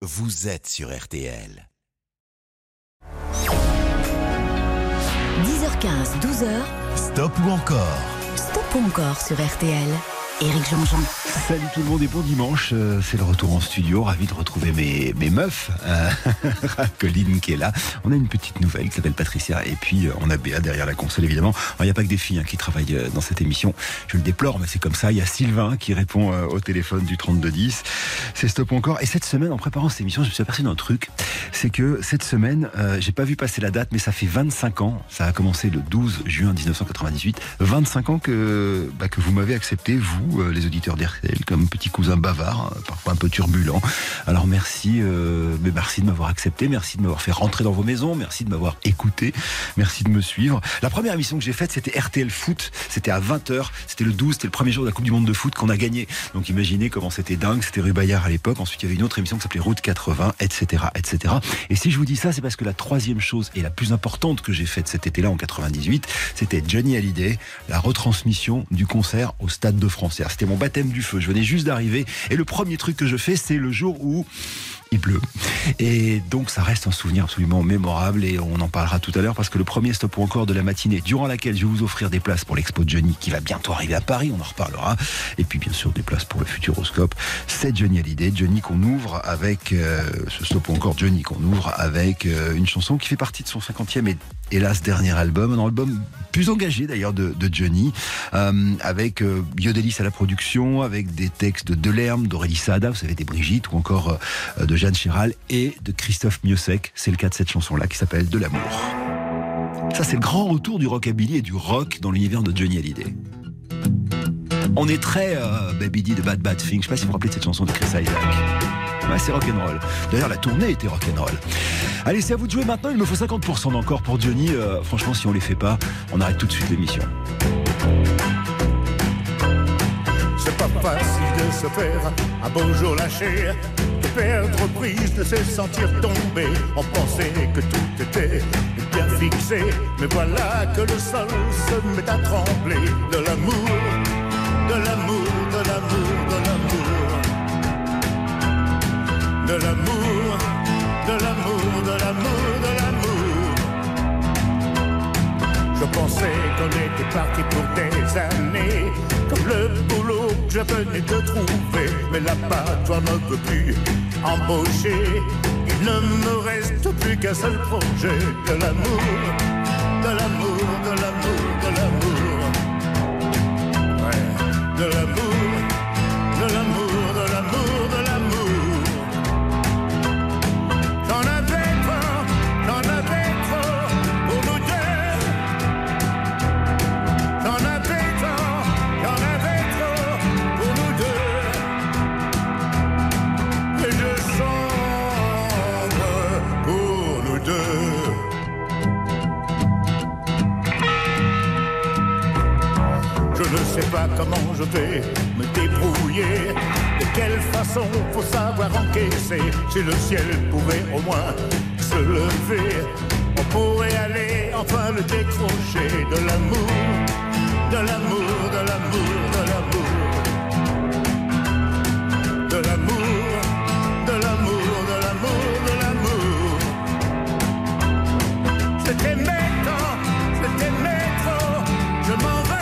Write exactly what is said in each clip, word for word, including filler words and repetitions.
vous êtes sur R T L. dix heures quinze, douze heures. Stop ou encore? Stop ou encore sur R T L. Éric Jean-Jean. Salut tout le monde et bon dimanche, euh, c'est le retour en studio, ravi de retrouver mes, mes meufs, euh, Colline qui est là, on a une petite nouvelle qui s'appelle Patricia et puis euh, on a Béa derrière la console évidemment. Il n'y a pas que des filles hein, qui travaillent euh, dans cette émission, je le déplore mais c'est comme ça, il y a Sylvain qui répond euh, au téléphone du trente-deux dix, c'est Stop ou encore. Et cette semaine en préparant cette émission je me suis aperçu d'un truc, c'est que cette semaine, euh, j'ai pas vu passer la date mais ça fait vingt-cinq ans, ça a commencé le douze juin dix-neuf cent quatre-vingt-dix-huit, vingt-cinq ans que, bah, que vous m'avez accepté vous, les auditeurs d'R T L, comme petit cousin bavard, parfois un peu turbulent. Alors merci, euh, mais merci de m'avoir accepté, merci de m'avoir fait rentrer dans vos maisons, merci de m'avoir écouté, merci de me suivre. La première émission que j'ai faite, c'était R T L Foot, c'était à vingt heures, c'était le douze, c'était le premier jour de la Coupe du Monde de foot qu'on a gagné. Donc imaginez comment c'était dingue, c'était rue Bayard à l'époque. Ensuite il y avait une autre émission qui s'appelait Route quatre-vingts, et cetera, et cetera. Et si je vous dis ça, c'est parce que la troisième chose et la plus importante que j'ai faite cet été-là en quatre-vingt-dix-huit, c'était Johnny Hallyday, la retransmission du concert au Stade de France. C'était mon baptême du feu, je venais juste d'arriver et le premier truc que je fais c'est le jour où il pleut. Et donc ça reste un souvenir absolument mémorable et on en parlera tout à l'heure parce que le premier Stop ou encore de la matinée durant laquelle je vais vous offrir des places pour l'expo de Johnny qui va bientôt arriver à Paris, on en reparlera, et puis bien sûr des places pour le Futuroscope, c'est Johnny Hallyday, Johnny qu'on ouvre avec euh, ce Stop ou encore Johnny qu'on ouvre avec euh, une chanson qui fait partie de son cinquantième et hélas dernier album, un album plus engagé d'ailleurs de, de Johnny, euh, avec euh, Yodelis à la production, avec des textes de Delerme, d'Aurélie Saada, vous savez, des Brigitte, ou encore euh, de Jeanne Chéral et de Christophe Miossec. C'est le cas de cette chanson-là qui s'appelle De l'amour. Ça, c'est le grand retour du rockabilly et du rock dans l'univers de Johnny Hallyday. On est très euh, Baby D de Bad Bad Thing. Je ne sais pas si vous vous rappelez de cette chanson de Chris Isaac. Ouais, c'est rock'n'roll. D'ailleurs, la tournée était rock'n'roll. Allez, c'est à vous de jouer maintenant. Il me faut cinquante pour cent d'encore pour Johnny. Euh, franchement, si on les fait pas, on arrête tout de suite l'émission. C'est pas facile de se faire un beau jour lâcher, de perdre prise, de se sentir tomber. On pensait que tout était bien fixé, mais voilà que le sol se met à trembler. De l'amour, de l'amour, de l'amour, de l'amour. De l'amour, de l'amour, de l'amour, de l'amour. Je pensais qu'on était parti pour des années, comme le boulot que je venais de trouver. Mais l'abattoir ne peut plus embaucher. Il ne me reste plus qu'un seul projet. De l'amour, de l'amour, de l'amour, de l'amour. Ouais, de l'amour, de l'amour, de l'amour, de l'amour. Je sais pas comment je vais me débrouiller, de quelle façon faut savoir encaisser. Si le ciel pouvait au moins se lever, on pourrait aller enfin le décrocher. De l'amour, de l'amour, de l'amour, de l'amour. De l'amour, de l'amour, de l'amour, de l'amour. C'était maintenant, c'était maintenant, je m'en vais.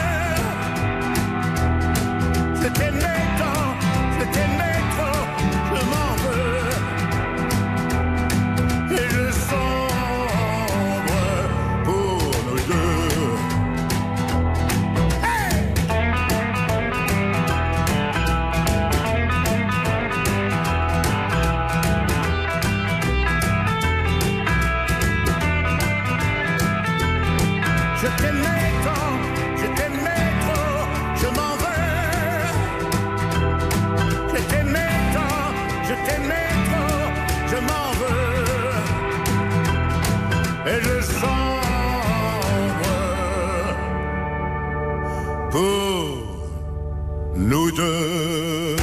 C'était méchant, c'était méchant, je m'en veux. Et je sombre pour nous deux. Hey! Je t'aimais tant, je t'aimais trop, je m'en veux. Je t'aimais tant, je t'aimais trop, je m'en veux. Et je sombre pour nous deux.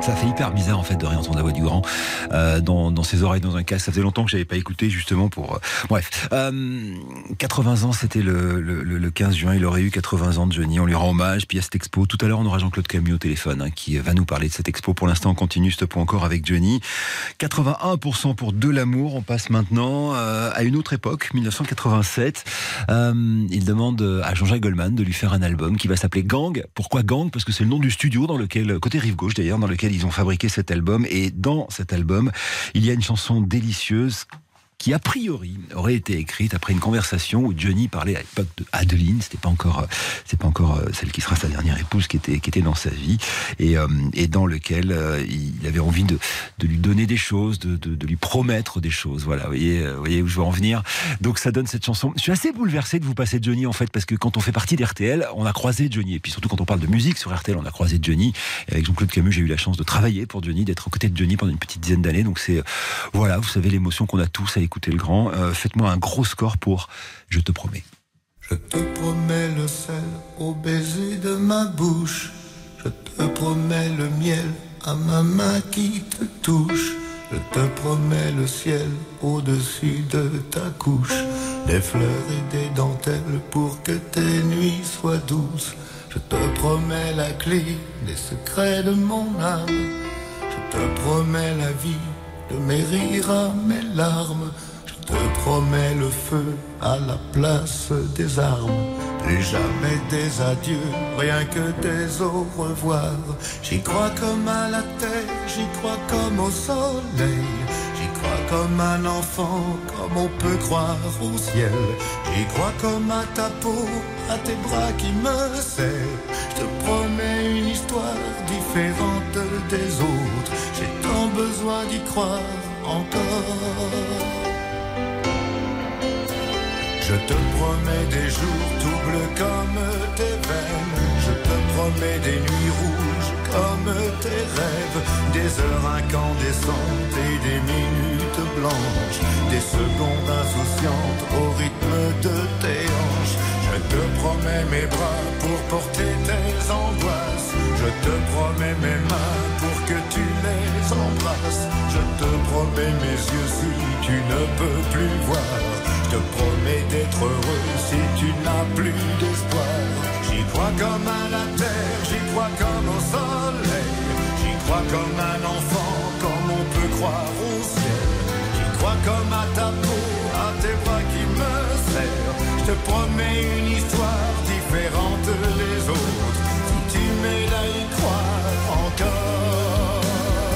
Ça fait hyper bizarre en fait de réentendre la voix du grand euh, dans, dans ses oreilles, dans un casque. Ça faisait longtemps que j'avais pas écouté justement pour... Euh... Bref, euh, quatre-vingts ans, c'était le, le, le quinze juin, il aurait eu quatre-vingts ans de Johnny, on lui rend hommage, puis il y a cette expo. Tout à l'heure on aura Jean-Claude Camus au téléphone hein, qui va nous parler de cette expo. Pour l'instant on continue ce point encore avec Johnny. quatre-vingt-un pour cent pour De l'amour, on passe maintenant euh, à une autre époque, dix-neuf cent quatre-vingt-sept. Euh, il demande à Jean-Jacques Goldman de lui faire un album qui va s'appeler Gang. Pourquoi Gang ? Parce que c'est le nom du studio dans lequel, côté rive gauche d'ailleurs, dans lequel ils ont fabriqué cet album, et dans cet album, il y a une chanson délicieuse qui a priori aurait été écrite après une conversation où Johnny parlait à l'époque de Adeline, c'était pas encore, c'est pas encore celle qui sera sa dernière épouse qui était qui était dans sa vie, et euh, et dans lequel euh, il avait envie de de lui donner des choses, de de, de lui promettre des choses. Voilà, vous voyez, vous voyez où je veux en venir. Donc ça donne cette chanson. Je suis assez bouleversé de vous passer Johnny en fait, parce que quand on fait partie d'R T L, on a croisé Johnny, et puis surtout quand on parle de musique sur R T L, on a croisé Johnny. Et avec Jean-Claude Camus, j'ai eu la chance de travailler pour Johnny, d'être aux côtés de Johnny pendant une petite dizaine d'années. Donc c'est voilà, vous savez l'émotion qu'on a tous à écouter le grand. Euh, faites-moi un gros score pour Je te promets. Je te promets le sel au baiser de ma bouche. Je te promets le miel à ma main qui te touche. Je te promets le ciel au-dessus de ta couche. Des fleurs et des dentelles pour que tes nuits soient douces. Je te promets la clé des secrets de mon âme. Je te promets la vie de mes rires à mes larmes. Je te promets le feu à la place des armes. Plus jamais des adieux, rien que des au revoir. J'y crois comme à la terre, j'y crois comme au soleil. J'y crois comme un enfant, comme on peut croire au ciel. J'y crois comme à ta peau, à tes bras qui me serrent. Je te promets une histoire différente des autres. J'ai tant besoin d'y croire encore. Je te promets des jours doubles comme tes veines. Je te promets des nuits rouges comme tes rêves. Des heures incandescentes et des minutes blanches. Des secondes insouciantes au rythme de tes hanches. Je te promets mes bras pour porter tes angoisses. Je te promets mes mains pour que tu les embrasses. Je te promets mes yeux si tu ne peux plus voir. Je te promets d'être heureux si tu n'as plus d'espoir. J'y crois comme à la terre, j'y crois comme au soleil. J'y crois comme un enfant, comme on peut croire au ciel. J'y crois comme à ta peau, à tes bras qui me serrent. Je te promets une histoire différente des autres. Si tu m'aides à y croire encore.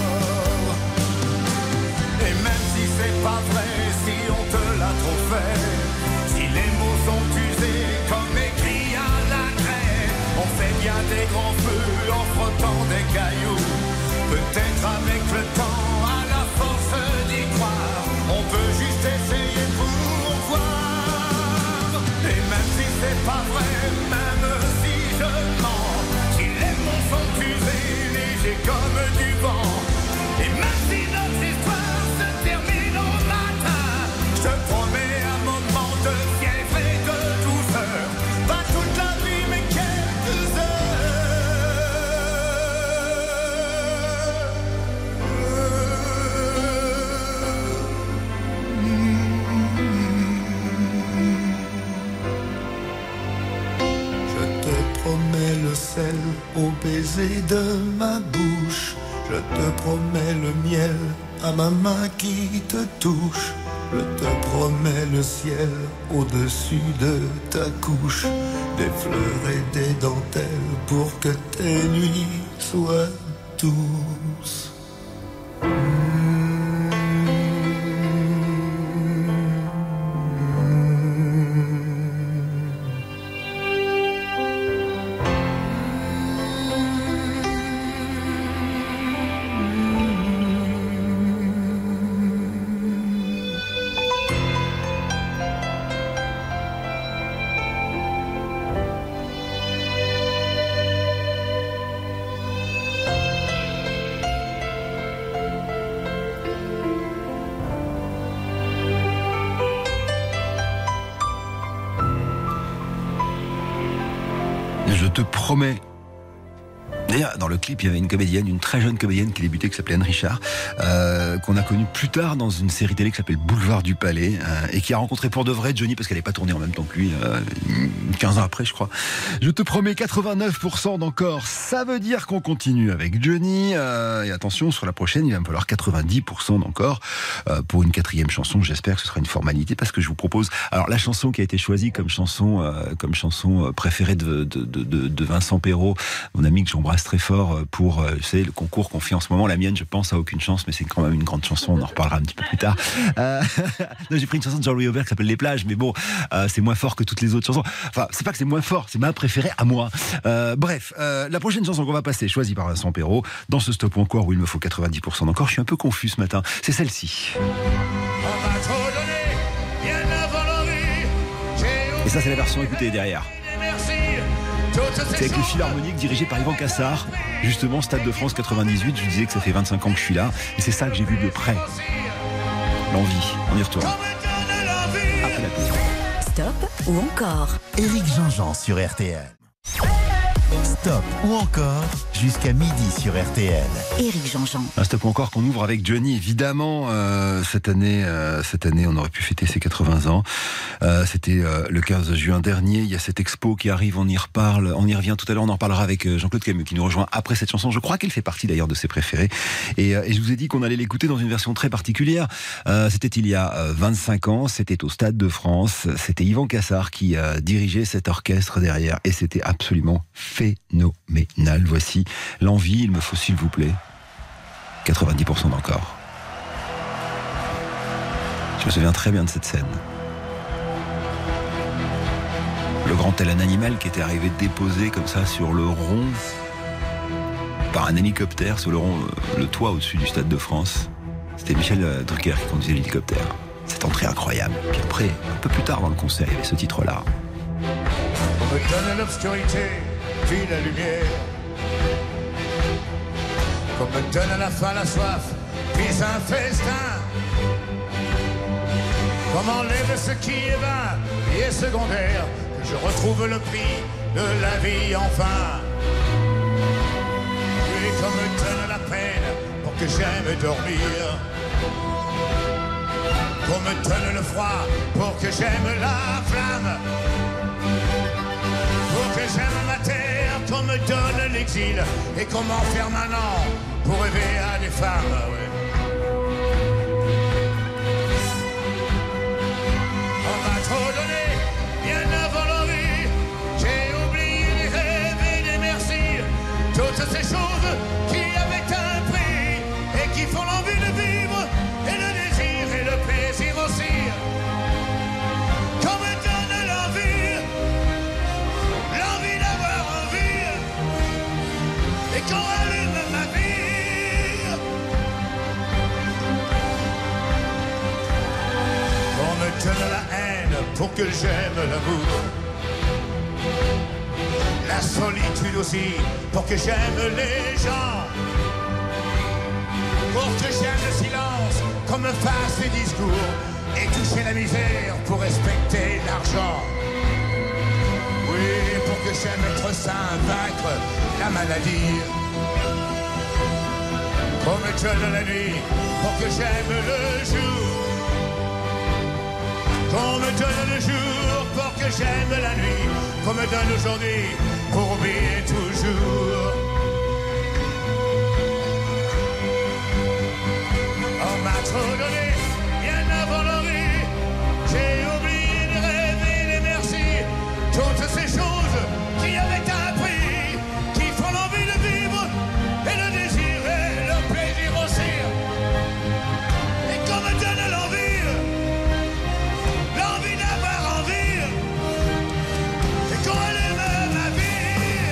Et même si c'est pas vrai, si on te l'a trop fait, si les mots sont usés comme écrits à la craie, on fait bien des grands feux en frottant des cailloux. Peut-être avec le temps, à la force d'y croire, on peut juste essayer pour voir. Et même si c'est pas vrai, même si je mens, si les mots sont usés, légers comme du vent, et même si notre histoire se termine au matin, je te promets un moment de fièvre et de douceur. Pas toute la vie mais quelques heures. Je te promets le sel au baiser de ma bouche. Je te promets le miel à ma main qui te touche. Je te promets le ciel au-dessus de ta couche. Des fleurs et des dentelles pour que tes nuits soient douces. Je te promets. D'ailleurs, dans le clip, il y avait une comédienne, une très jeune comédienne qui débutait, qui s'appelait Anne Richard, euh, qu'on a connue plus tard dans une série télé qui s'appelle Boulevard du Palais, euh, et qui a rencontré pour de vrai Johnny, parce qu'elle n'est pas tournée en même temps que lui, euh, quinze ans après, je crois. Je te promets quatre-vingt-neuf pour cent d'encore. Ça veut dire qu'on continue avec Johnny. Euh, et attention, sur la prochaine, il va me falloir quatre-vingt-dix pour cent d'encore euh, pour une quatrième chanson. J'espère que ce sera une formalité, parce que je vous propose. Alors, la chanson qui a été choisie comme chanson, euh, comme chanson préférée de, de, de, de, de Vincent Perrault, mon ami que j'embrasse très fort, pour euh, c'est le concours qu'on fait en ce moment. La mienne, je pense, a aucune chance, mais c'est quand même une grande chanson. On en reparlera un petit peu plus tard. Euh, non, j'ai pris une chanson de Jean-Louis Aubert qui s'appelle Les Plages, mais bon, euh, c'est moins fort que toutes les autres chansons. Enfin, c'est pas que c'est moins fort, c'est ma préférée à moi. Euh, bref, euh, la prochaine chanson qu'on va passer, choisie par Vincent Perrault, dans ce stop ou encore où il me faut quatre-vingt-dix pour cent d'encore, je suis un peu confus ce matin. C'est celle-ci. Et ça, c'est la version écoutée derrière. C'est avec le Philharmonique dirigé par Yvan Cassard. Justement, Stade de France quatre-vingt-dix-huit, je disais que ça fait vingt-cinq ans que je suis là. Et c'est ça que j'ai vu de près. L'envie, on y retourne. Après la pause. Stop ou encore Éric Jean-Jean sur R T L. Stop ou encore jusqu'à midi sur R T L. Éric Jean-Jean. Un stop ou encore qu'on ouvre avec Johnny, évidemment. Euh, cette année, euh, cette année, on aurait pu fêter ses quatre-vingts ans. Euh, c'était euh, le quinze juin dernier. Il y a cette expo qui arrive, on y reparle, on y revient tout à l'heure. On en reparlera avec Jean-Claude Camus qui nous rejoint après cette chanson. Je crois qu'elle fait partie d'ailleurs de ses préférés. Et, euh, et je vous ai dit qu'on allait l'écouter dans une version très particulière. Euh, c'était il y a euh, vingt-cinq ans. C'était au Stade de France. C'était Yvan Cassard qui euh, dirigeait cet orchestre derrière. Et c'était absolument phénoménal. Voici L'envie, il me faut s'il vous plaît quatre-vingt-dix pour cent d'encore. Je me souviens très bien de cette scène. Le grand tel un animal qui était arrivé déposé comme ça sur le rond par un hélicoptère sur le rond, le toit au-dessus du Stade de France. C'était Michel Drucker qui conduisait l'hélicoptère. Cette entrée incroyable. Puis après, un peu plus tard dans le concert, il y avait ce titre-là. On me donne l'obscurité, puis la lumière. Qu'on me donne à la fin la soif, puis un festin. Qu'on m'enlève ce qui est vain et est secondaire. Que je retrouve le prix de la vie enfin. Et qu'on me donne la peine pour que j'aime dormir. Qu'on me donne le froid pour que j'aime la flamme. Pour que j'aime ma terre, qu'on me donne l'exil et qu'on m'enferme un an pour rêver à des femmes. Ouais. On m'a trop donné, bien avant l'envie. J'ai oublié les rêves et les merci. Toutes ces choses qui avaient un prix et qui font l'envie de vivre et le désir et le plaisir aussi. Qu'on me donne l'envie. L'envie d'avoir envie et qu'on allume ma vie. On me donne la haine pour que j'aime l'amour. La solitude aussi pour que j'aime les gens. Pour que j'aime le silence qu'on me fasse des discours. Et toucher la misère pour respecter l'argent. Oui, pour que j'aime être sain, vaincre la maladie. Qu'on me donne la nuit, pour que j'aime le jour. Qu'on me donne le jour, pour que j'aime la nuit. Qu'on me donne aujourd'hui, pour oublier toujours. On m'a trop donné, bien avant l'envie. J'ai oublié les rêves et les merci. Toutes ces choses qui avaient un prix, qui font l'envie de vivre, et le désir et le plaisir aussi. Et qu'on me donne l'envie, l'envie d'avoir envie, et qu'on allume ma vie.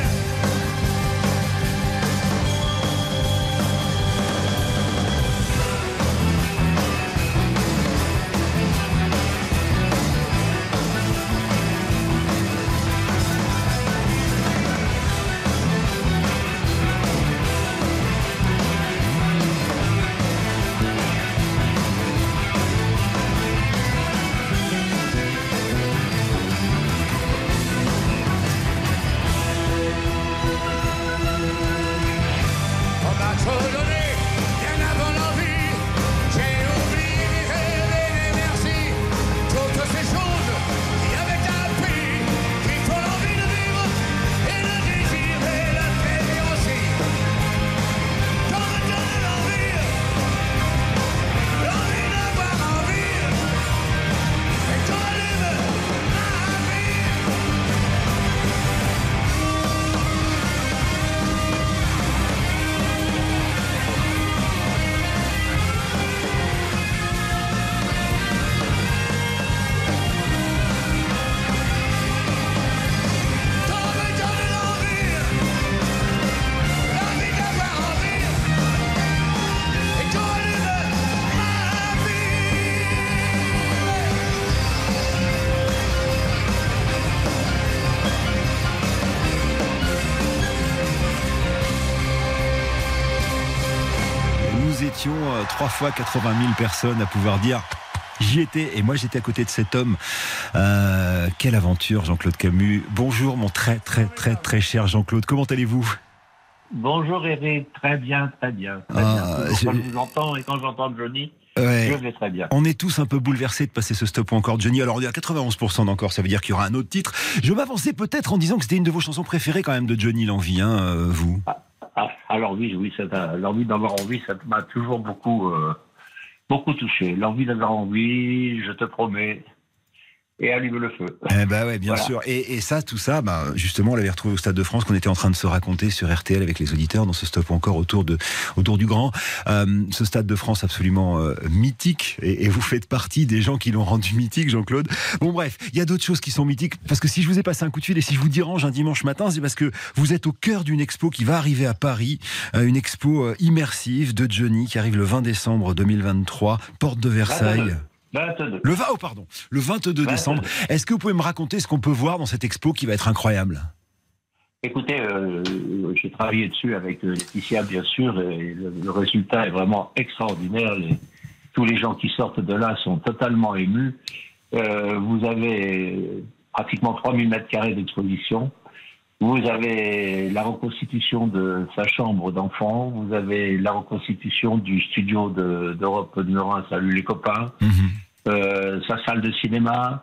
émission, euh, trois fois quatre-vingt mille personnes à pouvoir dire j'y étais, et moi j'étais à côté de cet homme. Euh, quelle aventure, Jean-Claude Camus. Bonjour mon très très très très cher Jean-Claude, comment allez-vous ? Bonjour Eric, très bien, très bien. Très ah, bien. Quand je vous entends et quand j'entends Johnny, ouais. Je vais très bien. On est tous un peu bouleversés de passer ce stop ou encore Johnny. Alors on est à quatre-vingt-onze pour cent d'encore, ça veut dire qu'il y aura un autre titre. Je m'avançais peut-être en disant que c'était une de vos chansons préférées quand même de Johnny L'Envie, hein, euh, vous. Ah, ah, alors oui, oui, ça l'envie d'avoir envie, ça m'a toujours beaucoup, euh, beaucoup touché. L'envie d'avoir envie, je te promets. Et allume le feu. Eh ben ouais, bien voilà. sûr. Et, et ça, tout ça, bah, justement, on l'avait retrouvé au Stade de France, qu'on était en train de se raconter sur R T L avec les auditeurs dans ce stop encore autour de, autour du Grand. Euh, ce Stade de France absolument euh, mythique. Et, et vous faites partie des gens qui l'ont rendu mythique, Jean-Claude. Bon, bref, il y a d'autres choses qui sont mythiques. Parce que si je vous ai passé un coup de fil et si je vous dérange un dimanche matin, c'est parce que vous êtes au cœur d'une expo qui va arriver à Paris. Euh, une expo euh, immersive de Johnny qui arrive le vingt décembre deux mille vingt-trois, porte de Versailles. vingt-deux. Le vingt, oh pardon, le vingt-deux décembre. Est-ce que vous pouvez me raconter ce qu'on peut voir dans cette expo qui va être incroyable ? Écoutez, euh, j'ai travaillé dessus avec Laetitia, bien sûr, et le, le résultat est vraiment extraordinaire. Les, tous les gens qui sortent de là sont totalement émus. Euh, vous avez pratiquement trois mille mètres carrés d'exposition. Vous avez la reconstitution de sa chambre d'enfant. Vous avez la reconstitution du studio de, d'Europe numéro un, Salut les copains. Mmh. Euh, sa salle de cinéma,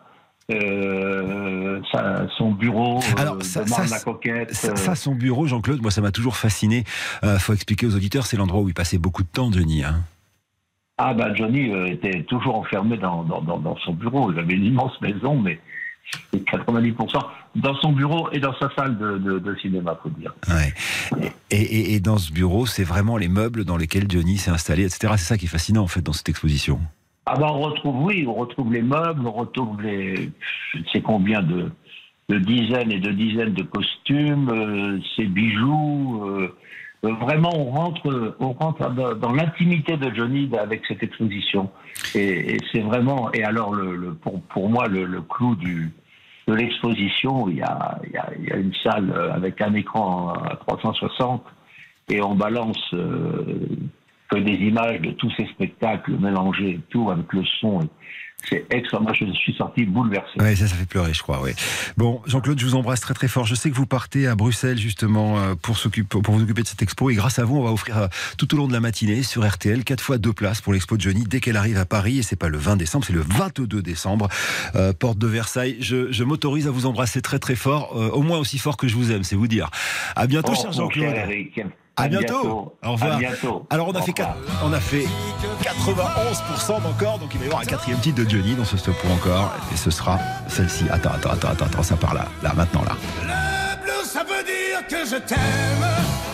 euh, sa, son bureau, Alors, euh, ça, de ça, la Coquette. Ça, ça, son bureau, Jean-Claude, moi ça m'a toujours fasciné. Euh, faut expliquer aux auditeurs, c'est l'endroit où il passait beaucoup de temps, Johnny. Hein. Ah ben, Johnny euh, était toujours enfermé dans, dans, dans, dans son bureau. Il avait une immense maison, mais quatre-vingt-dix pour cent dans son bureau et dans sa salle de, de, de cinéma, faut dire. Ouais. Et, et, et dans ce bureau, c'est vraiment les meubles dans lesquels Johnny s'est installé, et cetera. C'est ça qui est fascinant en fait dans cette exposition. Ah ben on retrouve, oui, on retrouve les meubles, on retrouve les, je ne sais combien de, de dizaines et de dizaines de costumes, euh, ses bijoux. Euh, vraiment, on rentre, on rentre dans, dans l'intimité de Johnny avec cette exposition. Et, et c'est vraiment, et alors le, le, pour, pour moi, le, le clou du, de l'exposition, il y a, il y a, il y a une salle avec un écran à trois cent soixante et on balance euh, que des images de tous ces spectacles mélangés et tout avec le son. C'est extra. Moi, je suis sorti bouleversé. Oui, ça, ça fait pleurer, je crois. Oui. Bon, Jean-Claude, je vous embrasse très très fort. Je sais que vous partez à Bruxelles justement pour s'occuper, pour vous occuper de cette expo. Et grâce à vous, on va offrir tout au long de la matinée sur R T L quatre fois deux places pour l'expo de Johnny dès qu'elle arrive à Paris. Et c'est pas le vingt décembre, c'est le vingt-deux décembre, euh, porte de Versailles. Je, je m'autorise à vous embrasser très très fort, euh, au moins aussi fort que je vous aime, c'est vous dire. À bientôt, oh, cher Jean-Claude. À, à bientôt. bientôt. Au revoir. À bientôt. Alors on a, fait quatre, on a fait quatre-vingt-onze pour cent d'encore, donc il va y avoir un quatrième titre de Johnny dans ce stop pour encore, et ce sera celle-ci. Attends, attends, attends, attends, attends, ça part là, là, maintenant là. Le blues, ça veut dire que je t'aime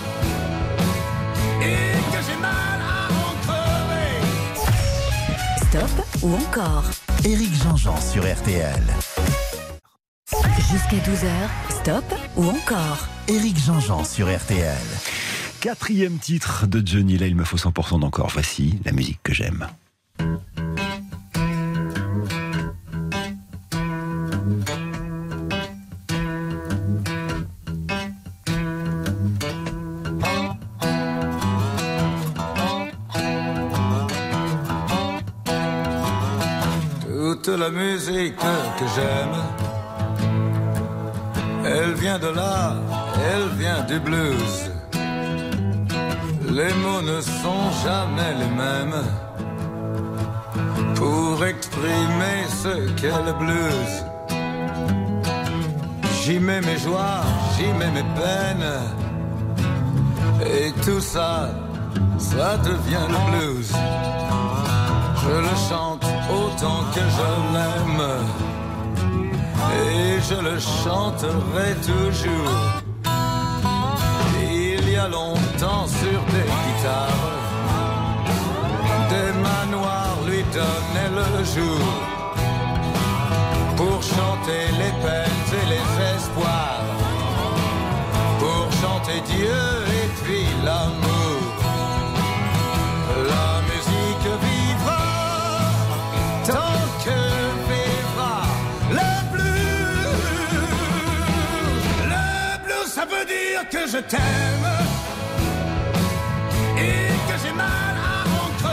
et que j'ai mal à en crever. Stop ou encore Éric Jean-Jean sur R T L. Jusqu'à douze heures, stop ou encore Éric Jean-Jean sur R T L. Quatrième titre de Johnny, là il me faut cent pour cent d'encore. Voici la musique que j'aime. Toute la musique que j'aime, elle vient de là, elle vient du blues. Les mots ne sont jamais les mêmes pour exprimer ce qu'est le blues. J'y mets mes joies, j'y mets mes peines, et tout ça, ça devient le blues. Je le chante autant que je l'aime, et je le chanterai toujours. Il y a longtemps sur des guitares, des manoirs lui donnaient le jour pour chanter les peines et les espoirs, pour chanter Dieu et puis l'amour. La musique vivra tant que vivra le blues. Le blues, ça veut dire que je t'aime et que j'ai mal à en crever.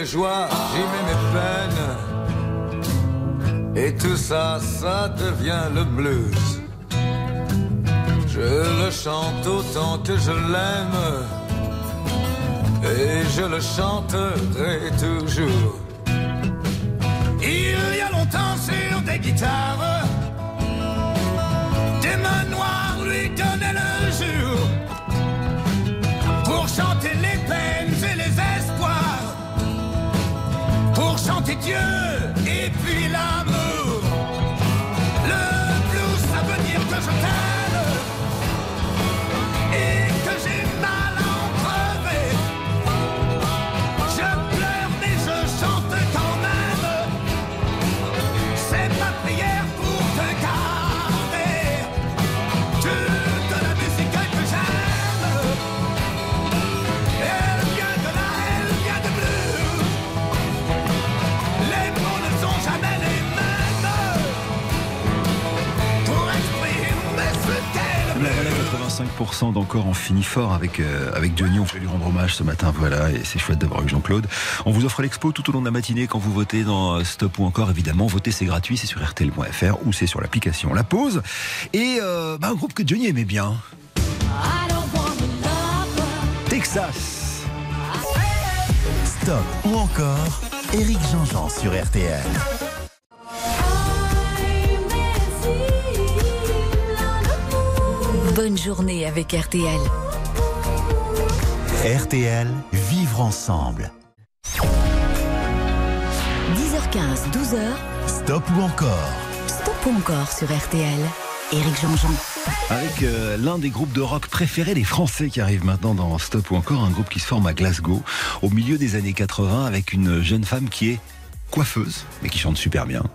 joies, j'y mets mes peines. Et tout ça, ça devient le blues. Je le chante autant que je l'aime. Et je le chanterai toujours. Il y a longtemps sur des guitares, des mains noires lui donnaient le jour pour chanter les peines et les espoirs, pour chanter Dieu et puis l'amour. Le blues, ça veut dire que je t'aime et que j'ai mal à en crever. Je pleure mais je chante quand même. C'est ma prière pour te garder toute la musique que j'aime. Elle vient de là, elle vient de bleu. Les mots ne sont jamais les mêmes pour exprimer ce qu'elle La voilà, quatre-vingt-cinq pour cent d'encore en finit fort avec, euh, avec Johnny. On fait lui rendre hommage ce matin, voilà, et c'est chouette d'avoir eu Jean-Claude. On vous offre l'expo tout au long de la matinée quand vous votez dans Stop ou encore, évidemment. Voter, c'est gratuit, c'est sur R T L point F R ou c'est sur l'application La Pause. Et euh, bah, un groupe que Johnny aimait bien. Texas. Stop ou encore, Éric Jean-Jean sur R T L. Bonne journée avec R T L. R T L, vivre ensemble. dix heures quinze, douze heures. Stop ou encore, Stop ou encore sur R T L. Éric Jean-Jean. Avec euh, l'un des groupes de rock préférés des Français qui arrive maintenant dans Stop ou encore, un groupe qui se forme à Glasgow au milieu des années quatre-vingts avec une jeune femme qui est coiffeuse mais qui chante super bien.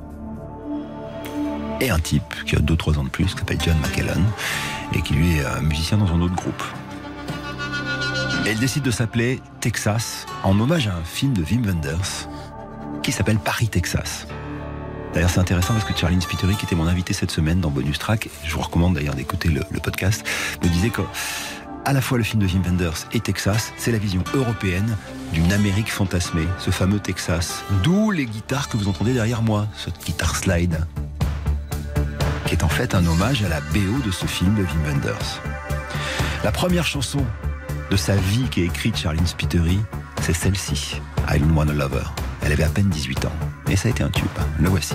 Et un type qui a deux trois ans de plus, qui s'appelle John McKellen, et qui lui est un musicien dans un autre groupe. Et elle décide de s'appeler Texas, en hommage à un film de Wim Wenders, qui s'appelle Paris, Texas. D'ailleurs, c'est intéressant parce que Charline Spiteri, qui était mon invité cette semaine dans Bonus Track, je vous recommande d'ailleurs d'écouter le, le podcast, me disait que à la fois le film de Wim Wenders et Texas, c'est la vision européenne d'une Amérique fantasmée, ce fameux Texas. D'où les guitares que vous entendez derrière moi, cette guitare slide, qui est en fait un hommage à la B O de ce film de Wim Wenders. La première chanson de sa vie qui est écrite Charline Spiteri, c'est celle-ci, I Don't Want a Lover. Elle avait à peine dix-huit ans, et ça a été un tube. Le voici.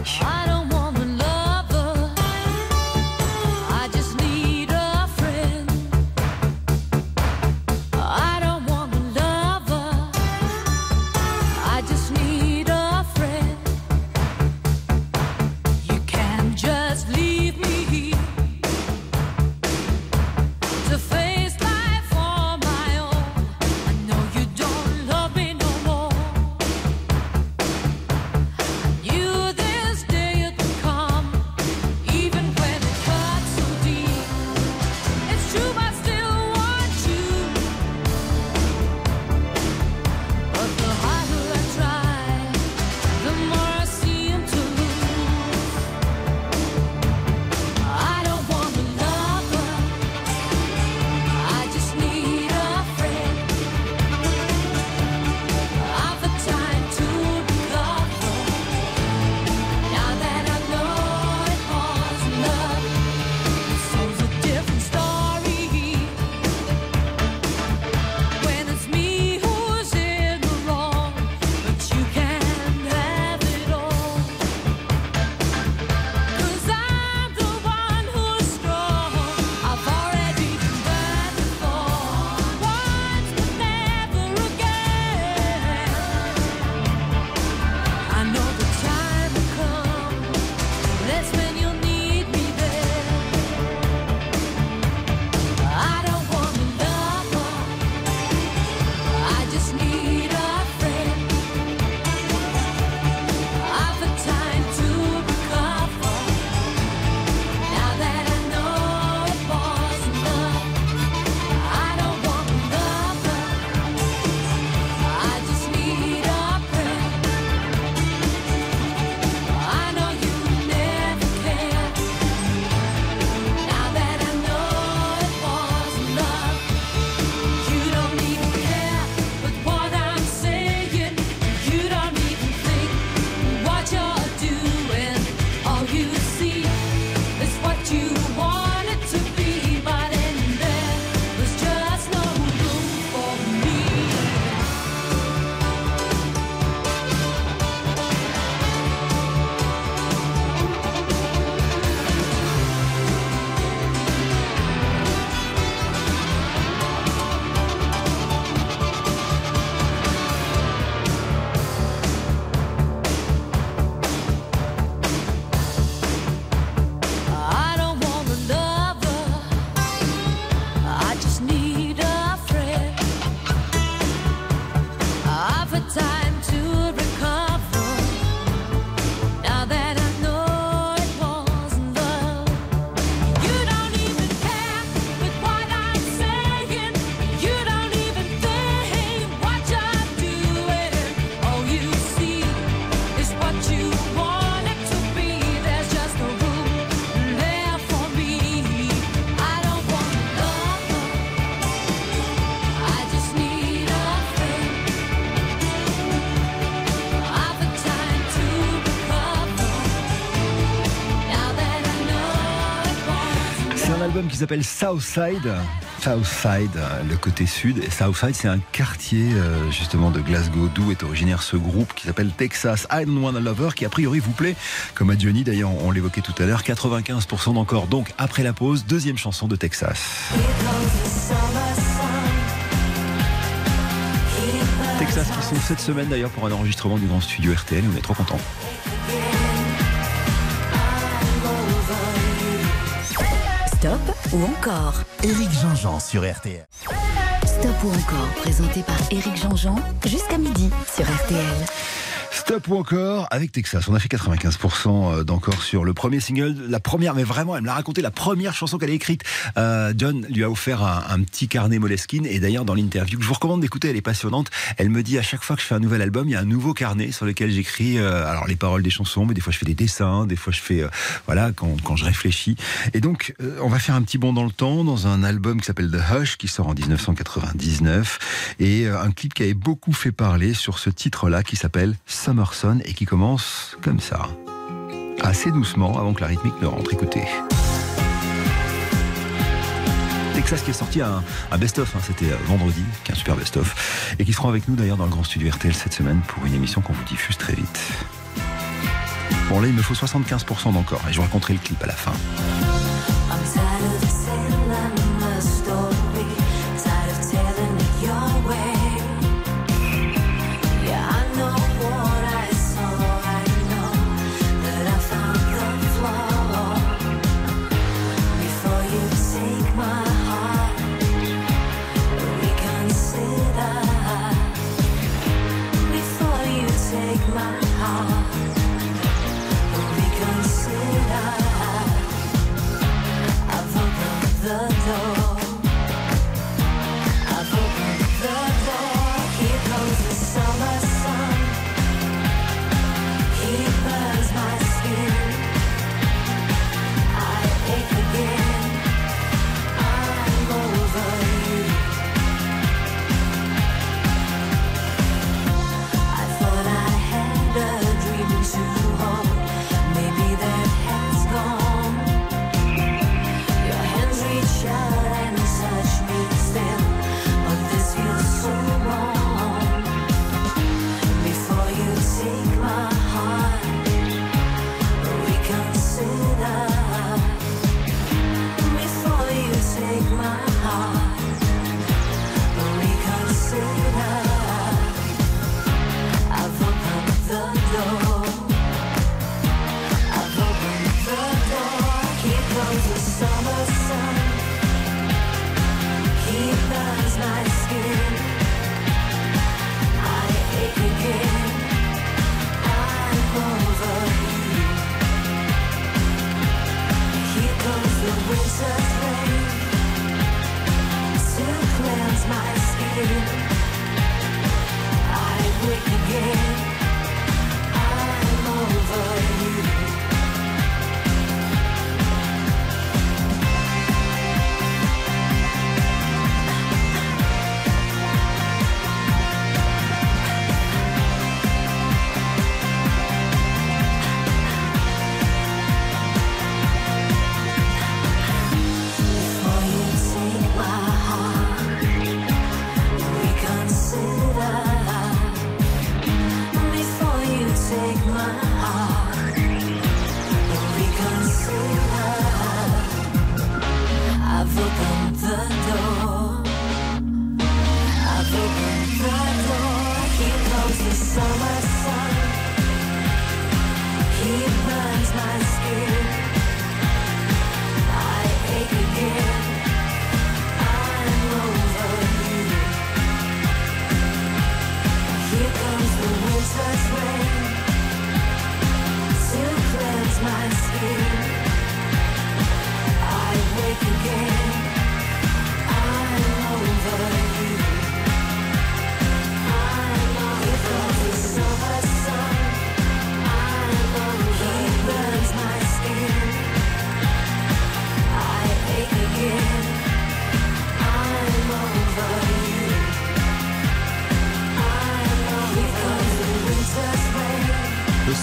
You this day album qui s'appelle Southside. Southside, le côté sud. Et Southside, c'est un quartier euh, justement de Glasgow, d'où est originaire ce groupe qui s'appelle Texas. I Don't Want a Lover, qui a priori vous plaît, comme à Johnny d'ailleurs, on l'évoquait tout à l'heure. quatre-vingt-quinze pour cent d'encore. Donc après la pause, deuxième chanson de Texas. Texas qui sont cette semaine d'ailleurs pour un enregistrement du grand studio R T L. On est trop contents. Stop ou encore? Éric Jean-Jean sur R T L. Stop ou encore, présenté par Éric Jean-Jean, jusqu'à midi sur R T L. Stop ou encore avec Texas. On a fait quatre-vingt-quinze pour cent d'encore sur le premier single. La première, mais vraiment, elle me l'a raconté, la première chanson qu'elle a écrite. Euh, John lui a offert un, un petit carnet Moleskine. Et d'ailleurs, dans l'interview que je vous recommande d'écouter, elle est passionnante. Elle me dit à chaque fois que je fais un nouvel album, il y a un nouveau carnet sur lequel j'écris euh, alors les paroles des chansons, mais des fois je fais des dessins, des fois je fais, euh, voilà, quand, quand je réfléchis. Et donc, euh, on va faire un petit bond dans le temps dans un album qui s'appelle The Hush, qui sort en dix-neuf cent quatre-vingt-dix-neuf. Et euh, un clip qui avait beaucoup fait parler sur ce titre-là qui s'appelle Summerson et qui commence comme ça, assez doucement avant que la rythmique ne rentre. Écoutez. Texas qui est sorti un, un best-of, hein, c'était vendredi, qui est un super best-of, et qui sera avec nous d'ailleurs dans le grand studio R T L cette semaine pour une émission qu'on vous diffuse très vite. Bon là il me faut soixante-quinze pour cent d'encore et je vous raconterai le clip à la fin. Shut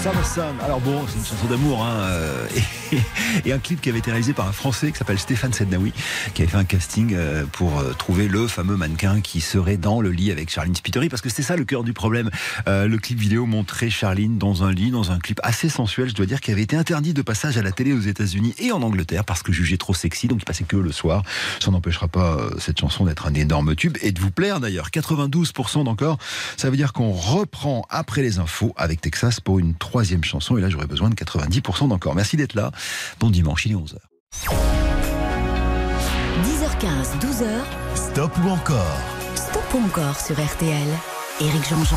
Summer Sun. Alors bon, c'est une chanson d'amour, hein, euh, et, et un clip qui avait été réalisé par un Français qui s'appelle Stéphane Sednaoui, qui avait fait un casting euh, pour euh, trouver le fameux mannequin qui serait dans le lit avec Charline Spiteri, parce que c'était ça le cœur du problème. Euh, le clip vidéo montrait Charline dans un lit, dans un clip assez sensuel, je dois dire, qui avait été interdit de passage à la télé aux États-Unis et en Angleterre parce que jugé trop sexy, donc il passait que le soir. Ça n'empêchera pas euh, cette chanson d'être un énorme tube et de vous plaire d'ailleurs. quatre-vingt-douze pour cent d'encore, ça veut dire qu'on reprend après les infos avec Texas pour une troisième chanson, et là j'aurais besoin de quatre-vingt-dix pour cent d'encore. Merci d'être là. Bon dimanche, il est onze heures. dix heures quinze, douze heures. Stop ou encore? Stop ou encore sur R T L. Éric Jean-Jean.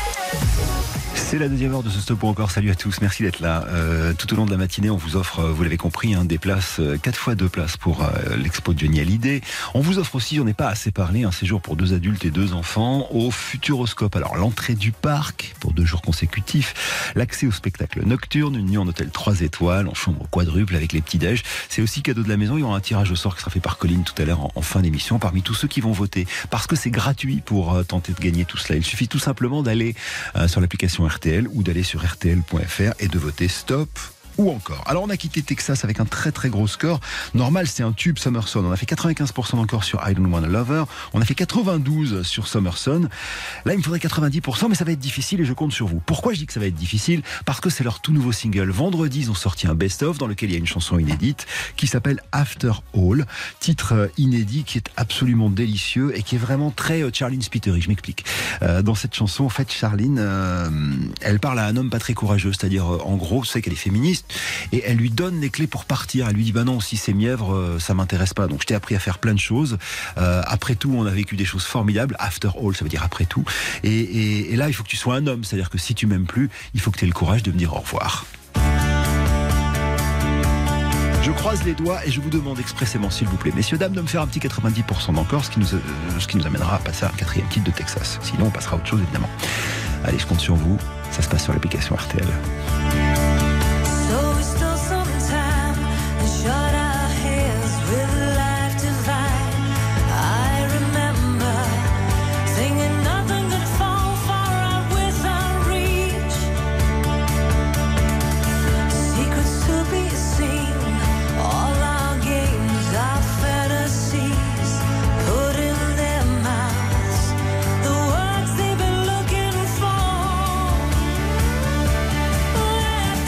C'est la deuxième heure de ce Stop ou encore. Salut à tous, merci d'être là. Euh, tout au long de la matinée, on vous offre, vous l'avez compris, hein, des places, euh, quatre fois deux places pour euh, l'expo de Johnny Hallyday. On vous offre aussi, on n'est pas assez parlé, un séjour pour deux adultes et deux enfants au Futuroscope. Alors l'entrée du parc pour deux jours consécutifs, l'accès au spectacle nocturne, une nuit en hôtel trois étoiles, en chambre quadruple avec les petits déj. C'est aussi cadeau de la maison. Il y aura un tirage au sort qui sera fait par Colline tout à l'heure en, en fin d'émission parmi tous ceux qui vont voter. Parce que c'est gratuit pour euh, tenter de gagner tout cela. Il suffit tout simplement d'aller euh, sur l'application R T L ou d'aller sur R T L point F R et de voter Stop ou encore. Alors on a quitté Texas avec un très très gros score. Normal, c'est un tube, Summer Sun. On a fait quatre-vingt-quinze pour cent d'encore sur I Don't Want a Lover. On a fait quatre-vingt-douze sur Summer Sun. Là, il me faudrait quatre-vingt-dix pour cent, mais ça va être difficile et je compte sur vous. Pourquoi je dis que ça va être difficile? Parce que c'est leur tout nouveau single. Vendredi, ils ont sorti un best-of dans lequel il y a une chanson inédite qui s'appelle After All. Titre inédit qui est absolument délicieux et qui est vraiment très euh, Charline Spiteri. Je m'explique. Euh, dans cette chanson, en fait, Charline, euh, elle parle à un homme pas très courageux. C'est-à-dire, euh, en gros, tu sais qu'elle est féministe. Et elle lui donne les clés pour partir. Elle lui dit bah non, si c'est mièvre, euh, ça m'intéresse pas. Donc je t'ai appris à faire plein de choses. Euh, après tout, on a vécu des choses formidables. After all, ça veut dire après tout. Et, et, et là, il faut que tu sois un homme. C'est-à-dire que si tu m'aimes plus, il faut que tu aies le courage de me dire au revoir. Je croise les doigts et je vous demande expressément, s'il vous plaît, messieurs, dames, de me faire un petit quatre-vingt-dix pour cent d'encore, ce qui nous, euh, ce qui nous amènera à passer à un quatrième titre de Texas. Sinon, on passera à autre chose, évidemment. Allez, je compte sur vous. Ça se passe sur l'application R T L. Looking for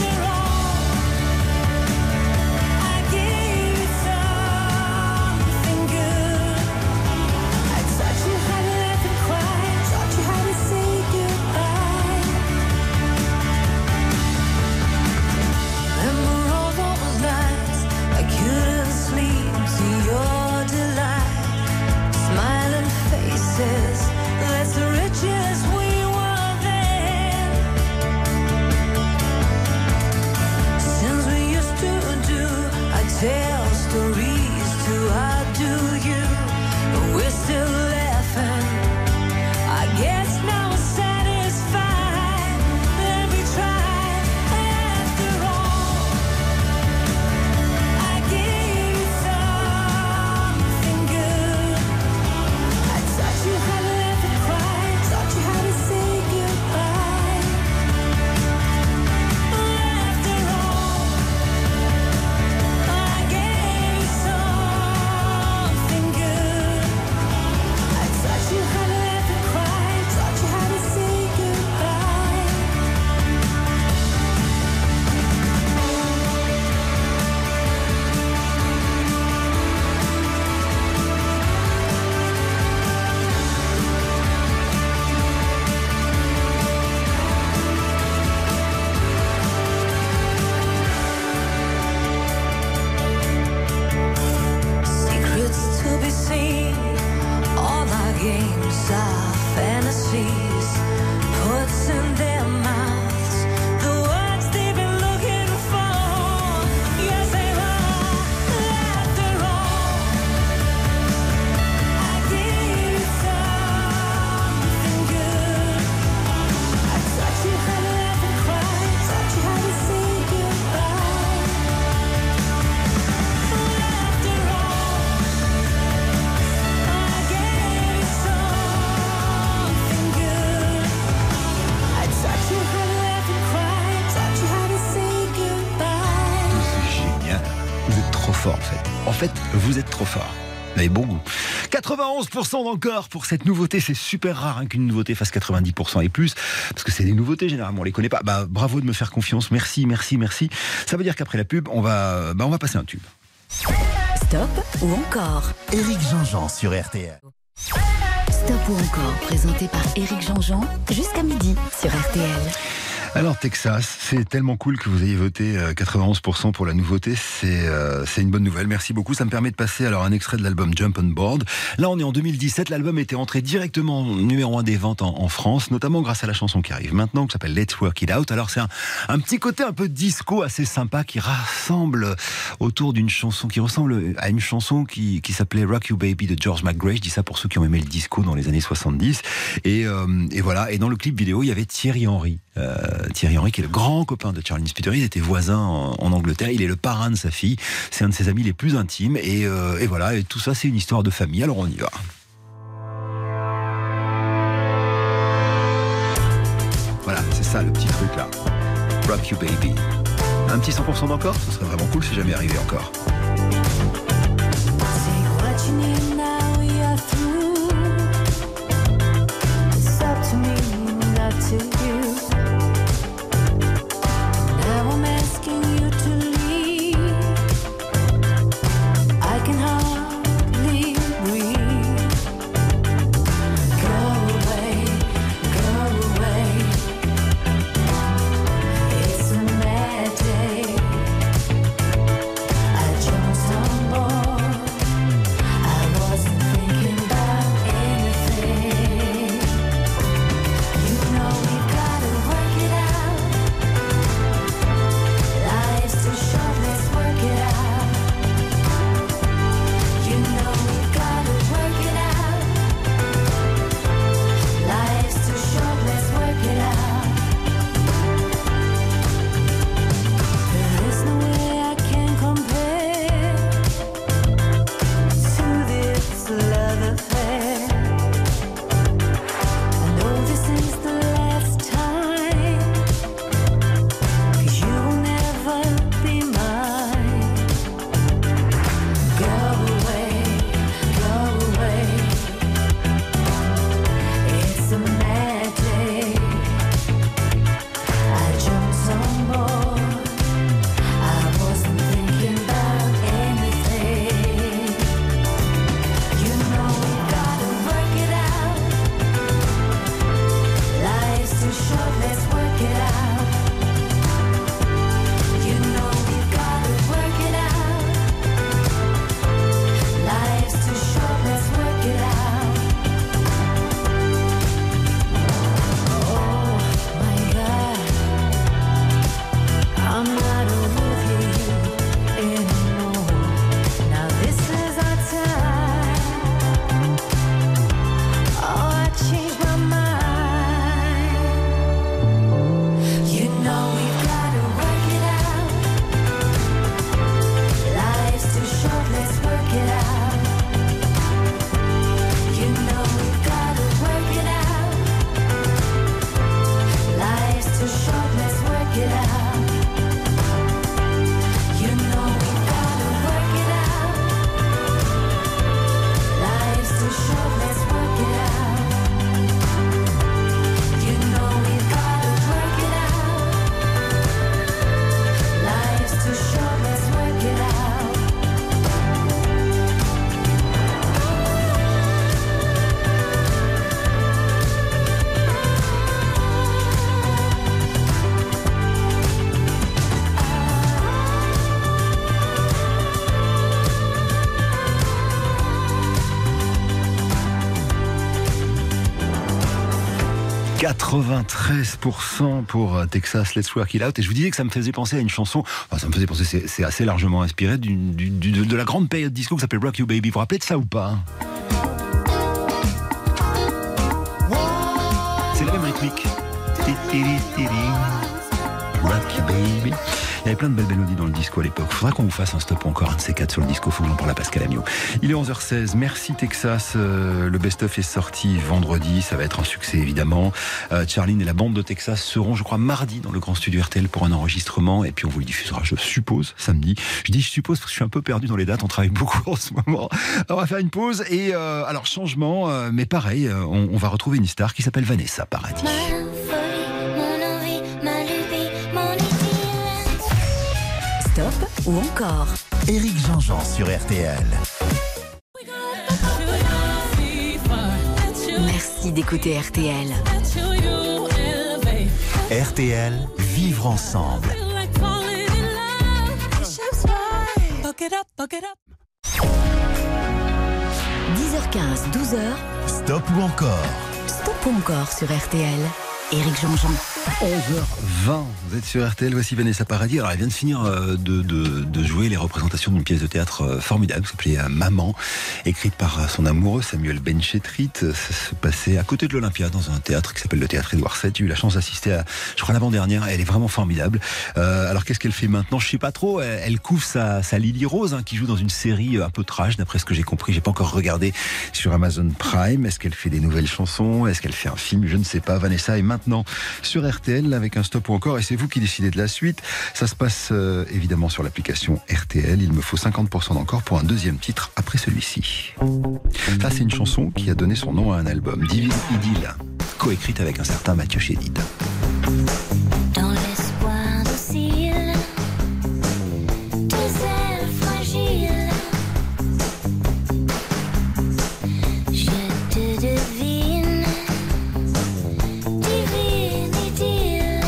fort en fait. En fait, vous êtes trop fort. Vous avez bon goût. quatre-vingt-onze pour cent d'encore pour cette nouveauté. C'est super rare hein, qu'une nouveauté fasse quatre-vingt-dix pour cent et plus. Parce que c'est des nouveautés, généralement, on les connaît pas. Bah, bravo de me faire confiance. Merci, merci, merci. Ça veut dire qu'après la pub, on va, bah, on va passer un tube. Stop ou encore. Éric Jean-Jean sur R T L. Stop ou encore, présenté par Éric Jean-Jean, jusqu'à midi sur R T L. Alors Texas, c'est tellement cool que vous ayez voté quatre-vingt-onze pour cent pour la nouveauté, c'est euh, c'est une bonne nouvelle, merci beaucoup. Ça me permet de passer alors un extrait de l'album Jump on Board. Là on est en deux mille dix-sept, l'album était entré directement numéro un des ventes en, en France, notamment grâce à la chanson qui arrive maintenant, qui s'appelle Let's Work It Out. Alors c'est un, un petit côté un peu disco assez sympa qui rassemble autour d'une chanson, qui ressemble à une chanson qui, qui s'appelait Rock You Baby de George McGrath. Je dis ça pour ceux qui ont aimé le disco dans les années soixante-dix. Et, euh, et voilà, et dans le clip vidéo il y avait Thierry Henry. Euh, Thierry Henry qui est le grand copain de Charlie Spiteri, ils étaient voisins en, en Angleterre, il est le parrain de sa fille, c'est un de ses amis les plus intimes et, euh, et voilà, et tout ça c'est une histoire de famille, alors on y va. Voilà, c'est ça le petit truc là, Rock You Baby. Un petit cent pour cent d'encore, ce serait vraiment cool, c'est jamais arrivé encore. quatre-vingt-treize pour cent pour Texas, Let's Work It Out. Et je vous disais que ça me faisait penser à une chanson, enfin ça me faisait penser, c'est, c'est assez largement inspiré d'une, d'une, d'une, de la grande période disco qui s'appelle Rock You Baby. Vous vous rappelez de ça ou pas? C'est la même rythmique. Rock You Baby. Il y avait plein de belles mélodies dans le disco à l'époque. Il faudra qu'on vous fasse un stop ou encore un de ces quatre sur le disco. Faut que j'en parle à Pascal Amiot. Il est onze heures seize. Merci Texas. Euh, le best-of est sorti vendredi. Ça va être un succès évidemment. Euh, Charline et la bande de Texas seront, je crois, mardi dans le grand studio R T L pour un enregistrement. Et puis on vous le diffusera, je suppose, samedi. Je dis je suppose parce que je suis un peu perdu dans les dates. On travaille beaucoup en ce moment. On va faire une pause. Et euh, alors changement, euh, mais pareil, euh, on, on va retrouver une star qui s'appelle Vanessa Paradis. Stop ou encore Éric Jean-Jean sur R T L. Merci d'écouter R T L. R T L, vivre ensemble. dix heures quinze, douze heures. Stop ou encore Stop ou encore sur R T L. Éric Jean-Jean. onze heures vingt, vous êtes sur R T L, voici Vanessa Paradis. Alors elle vient de finir de, de, de jouer les représentations d'une pièce de théâtre formidable qui s'appelait Maman, écrite par son amoureux Samuel Benchetrit. Ça se passait à côté de l'Olympia, dans un théâtre qui s'appelle le théâtre Édouard sept. J'ai eu la chance d'assister à, je crois, l'avant-dernière. Elle est vraiment formidable. Euh, alors qu'est-ce qu'elle fait maintenant? Je sais pas trop. Elle, elle couvre sa, sa Lily Rose, hein, qui joue dans une série un peu trash, d'après ce que j'ai compris. J'ai pas encore regardé sur Amazon Prime. Est-ce qu'elle fait des nouvelles chansons? Est-ce qu'elle fait un film? Je ne sais pas. Vanessa est maintenant sur R T L avec un stop ou encore, et c'est vous qui décidez de la suite. Ça se passe euh, évidemment sur l'application R T L. Il me faut cinquante pour cent d'encore pour un deuxième titre après celui-ci. Ça, c'est une chanson qui a donné son nom à un album, Divine Idylle, coécrite avec un certain Mathieu Chédid. Dans l'espoir docile, tes ailes fragiles, je te devine, divine idylle,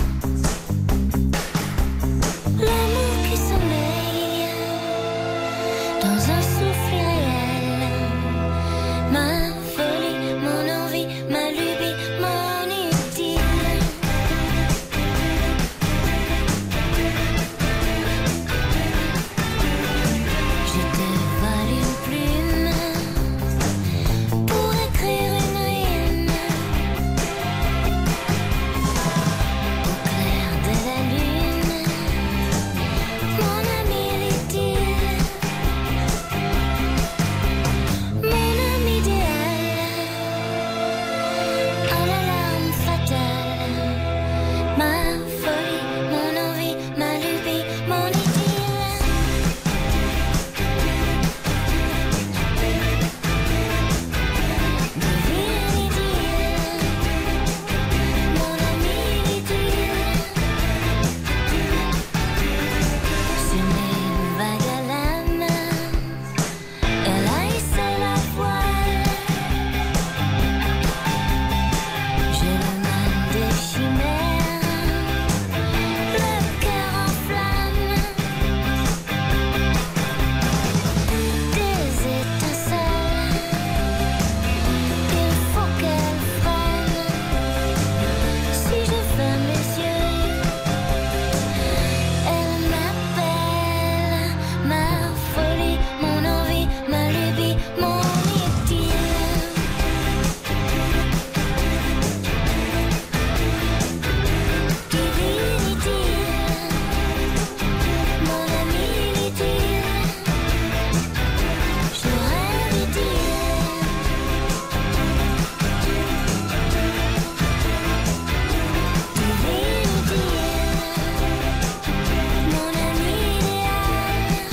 l'amour qui sommeille dans un souffle réel, ma folie, mon envie, ma lubie, mon idylle. Je dévale une plume pour écrire une rime au clair de la lune, mon ami l'idylle, mon ami idéal, à la larme fatale, ma folie, mon envie, ma lubie, mon idylle. Divine idylle, mon ami idylle. Sur mes vagues à l'âme, elle haïssait la voile. J'ai le mal des chimères, le cœur en flamme, des étincelles, il faut qu'elle frôle. Si je ferme les yeux, elle m'appelle, ma folie, mon envie, ma lubie, mon idylle. Divine idylle, mon ami l'idylle, je rêve idylle. Divine idylle, mon ami idéal,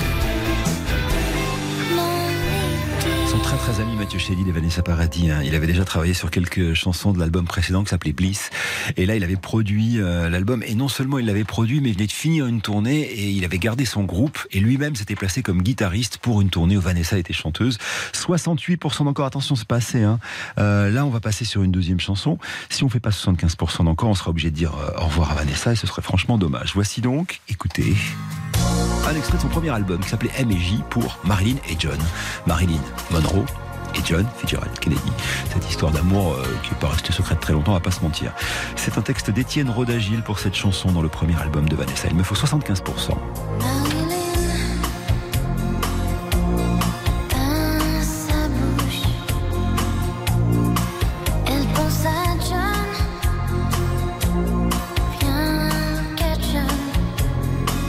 mon idylle. Son très très ami Mathieu Chédid et Vanessa Paradis, hein. Il avait déjà travaillé sur quelques chansons de l'album précédent qui s'appelait Bliss, et là il avait produit euh, l'album, et non seulement il l'avait produit, mais il venait de finir une tournée et il avait gardé son groupe, et lui-même s'était placé comme guitariste pour une tournée où Vanessa était chanteuse. Soixante-huit pour cent d'encore, attention, c'est pas assez, hein. Euh, là on va passer sur une deuxième chanson. Si on fait pas soixante-quinze pour cent d'encore, on sera obligé de dire euh, au revoir à Vanessa, et ce serait franchement dommage. Voici donc, écoutez, un extrait de son premier album qui s'appelait M et J pour Marilyn et John. Marilyn Monroe et John Fitzgerald Kennedy. Cette histoire d'amour euh, qui n'est pas restée secrète très longtemps, on va pas se mentir. C'est un texte d'Étienne Rodagil pour cette chanson dans le premier album de Vanessa. Il me faut soixante-quinze pour cent. Dans sa bouche, elle pense à John, bien qu'à John.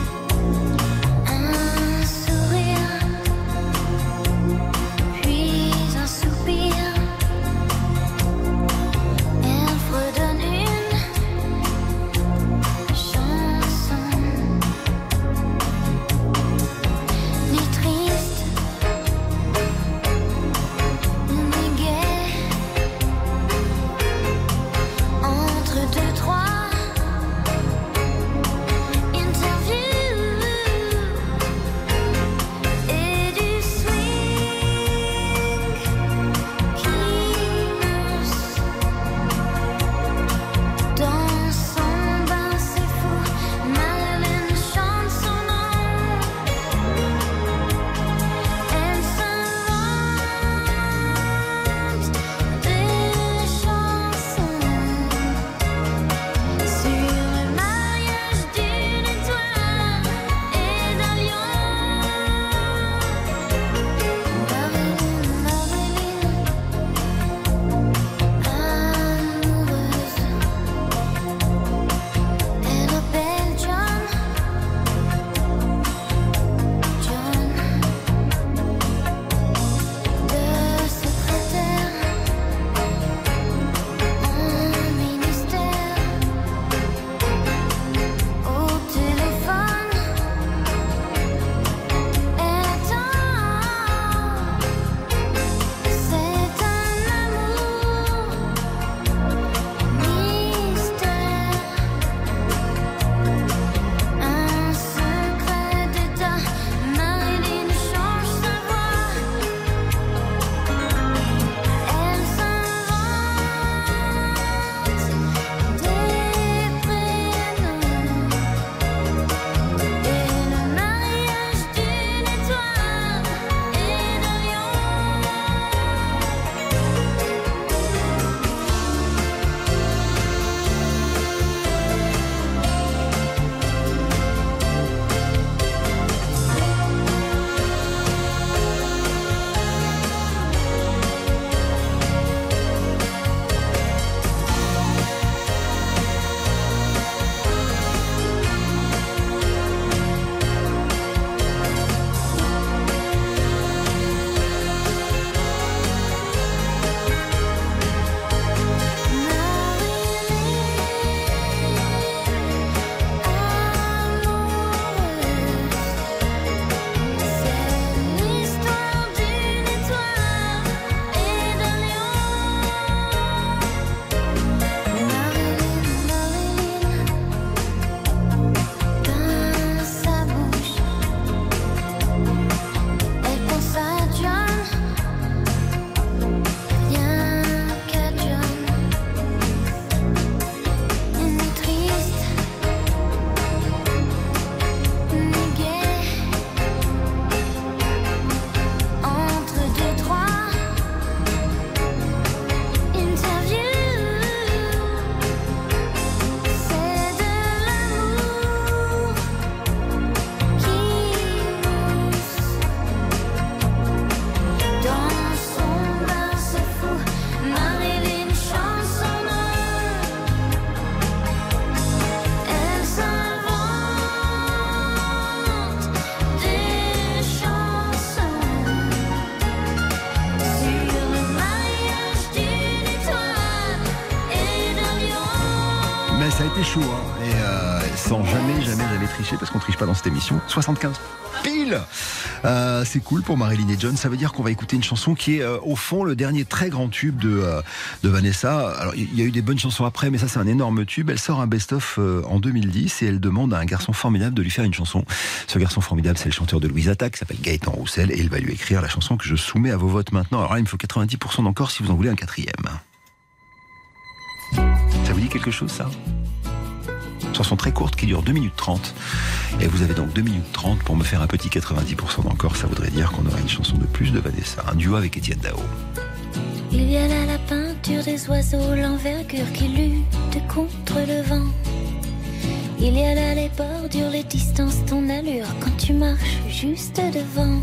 fait chaud, hein, et euh, sans jamais, jamais, jamais tricher, parce qu'on triche pas dans cette émission. soixante-quinze pile. Euh, c'est cool pour Marilyn et John. Ça veut dire qu'on va écouter une chanson qui est euh, au fond le dernier très grand tube de, euh, de Vanessa. Alors il y a eu des bonnes chansons après, mais ça c'est un énorme tube. Elle sort un best-of euh, en deux mille dix et elle demande à un garçon formidable de lui faire une chanson. Ce garçon formidable, c'est le chanteur de Louise Attaque, qui s'appelle Gaëtan Roussel, et il va lui écrire la chanson que je soumets à vos votes maintenant. Alors là, il me faut quatre-vingt-dix pour cent d'encore si vous en voulez un quatrième. Ça vous dit quelque chose, ça ? Chanson très courte qui dure deux minutes trente. Et vous avez donc deux minutes trente pour me faire un petit quatre-vingt-dix pour cent d'encore. Ça voudrait dire qu'on aurait une chanson de plus de Vanessa. Un duo avec Étienne Dao. Il y a là la peinture des oiseaux, l'envergure qui lutte contre le vent. Il y a là les bordures, les distances, ton allure quand tu marches juste devant.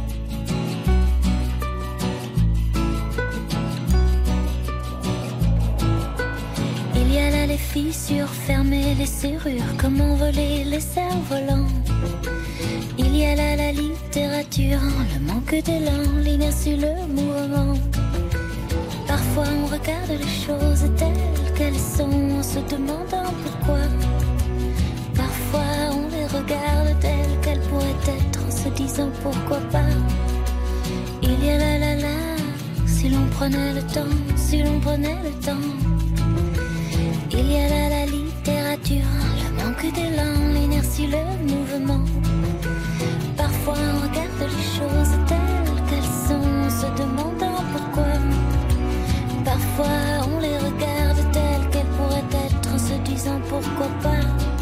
Il y a là les fissures fermées, les serrures, comment voler les cerfs-volants. Il y a là la littérature, le manque d'élan, l'inertie, le mouvement. Parfois on regarde les choses telles qu'elles sont en se demandant pourquoi. Parfois on les regarde telles qu'elles pourraient être en se disant pourquoi pas. Il y a là la la, si l'on prenait le temps, si l'on prenait le temps. Il y a là la littérature, le manque d'élan, l'inertie, le mouvement. Parfois on regarde les choses telles qu'elles sont en se demandant pourquoi. Parfois on les regarde telles qu'elles pourraient être en se disant pourquoi pas.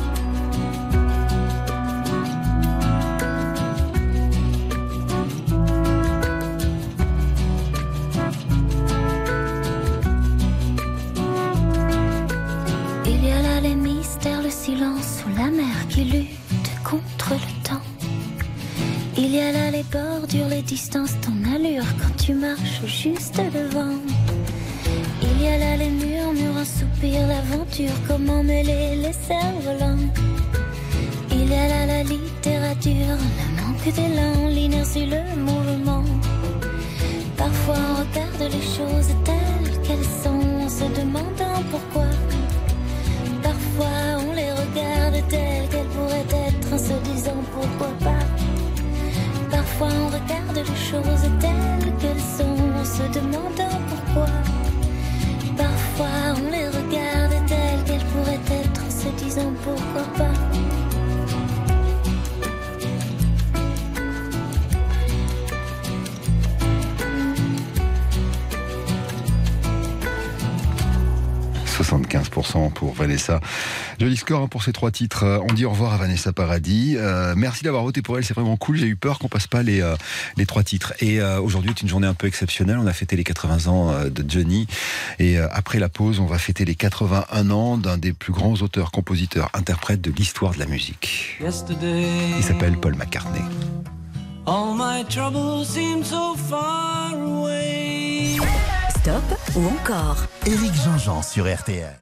Il y a là les mystères, le silence ou la mer qui lutte contre le temps. Il y a là les bordures, les distances, ton allure quand tu marches juste devant. Il y a là les murmures, un soupir, l'aventure, comment mêler les cerfs-volants. Il y a là la littérature, le manque d'élan, l'inertie, le mouvement. Parfois on regarde les choses telles qu'elles sont en se demandant pourquoi. Parfois on les regarde telles qu'elles pourraient être en se disant pourquoi pas. Parfois on regarde les choses telles qu'elles sont en se demandant pourquoi. Parfois on les regarde telles qu'elles pourraient être en se disant pourquoi pas. soixante-quinze pour cent pour Vanessa. Joli score hein, pour ces trois titres. On dit au revoir à Vanessa Paradis. Euh, merci d'avoir voté pour elle, c'est vraiment cool. J'ai eu peur qu'on passe pas les, euh, les trois titres. Et euh, aujourd'hui est une journée un peu exceptionnelle. On a fêté les quatre-vingts ans euh, de Johnny. Et euh, après la pause, on va fêter les quatre-vingt-un ans d'un des plus grands auteurs, compositeurs, interprètes de l'histoire de la musique. Il s'appelle Paul McCartney. All my troubles seem so far away. Stop ou encore Éric Jean-Jean sur R T L.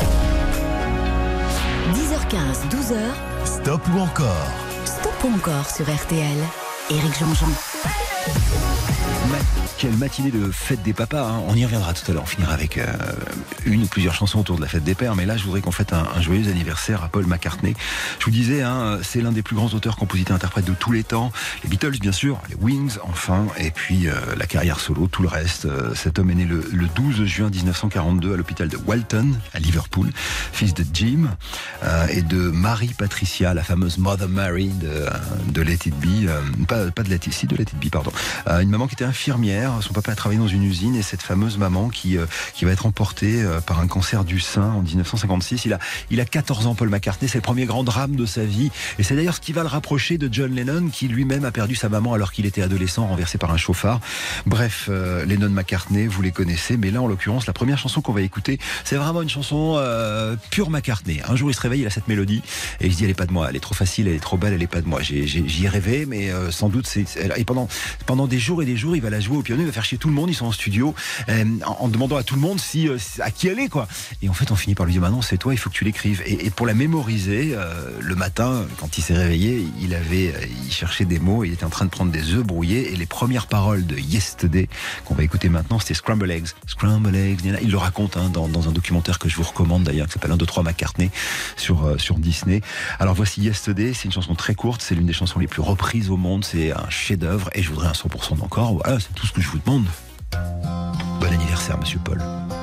dix heures quinze, douze heures. Stop ou encore Stop ou encore sur R T L. Éric Jean-Jean. Ma- Quelle matinée de fête des papas, hein. On y reviendra tout à l'heure, on finira avec euh, une ou plusieurs chansons autour de la fête des pères, mais là je voudrais qu'on fête un, un joyeux anniversaire à Paul McCartney. Je vous disais, hein, c'est l'un des plus grands auteurs, compositeurs, interprètes de tous les temps, les Beatles bien sûr, les Wings enfin, et puis euh, la carrière solo, tout le reste. Euh, cet homme est né le, le douze juin dix-neuf cent quarante-deux à l'hôpital de Walton, à Liverpool, fils de Jim euh, et de Marie Patricia, la fameuse Mother Mary de, de Let It Be, euh, pas, pas de Let It, si de Let It Be, pardon, euh, une maman qui était infirmière. Son papa a travaillé dans une usine et cette fameuse maman qui, euh, qui va être emportée euh, par un cancer du sein en dix-neuf cent cinquante-six. Il a, il a quatorze ans, Paul McCartney. C'est le premier grand drame de sa vie. Et c'est d'ailleurs ce qui va le rapprocher de John Lennon, qui lui-même a perdu sa maman alors qu'il était adolescent, renversé par un chauffard. Bref, euh, Lennon-McCartney, vous les connaissez. Mais là, en l'occurrence, la première chanson qu'on va écouter, c'est vraiment une chanson euh, pure McCartney. Un jour, il se réveille, il a cette mélodie et il se dit, elle est pas de moi. Elle est trop facile, elle est trop belle, elle est pas de moi. J'ai, j'ai, j'y ai rêvé, mais euh, sans doute, c'est... Et pendant pendant, pendant des jours et des jours, il va la jouer au piano, il va faire chier tout le monde, ils sont en studio, euh, en, en demandant à tout le monde si, euh, à qui elle est, quoi. Et en fait, on finit par lui dire, bah non, c'est toi, il faut que tu l'écrives. Et, et pour la mémoriser, euh, le matin, quand il s'est réveillé, il avait, euh, il cherchait des mots, il était en train de prendre des œufs brouillés, et les premières paroles de Yesterday, qu'on va écouter maintenant, c'était Scramble Eggs. Scramble Eggs, il le raconte hein, dans, dans un documentaire que je vous recommande d'ailleurs, qui s'appelle un, deux, trois McCartney sur, euh, sur Disney. Alors voici Yesterday, c'est une chanson très courte, c'est l'une des chansons les plus reprises au monde, c'est un chef-d'œuvre, et je voudrais un cent pour cent d'encore. Voilà, c'est tout ce que je vous demande. Bon anniversaire, Monsieur Paul.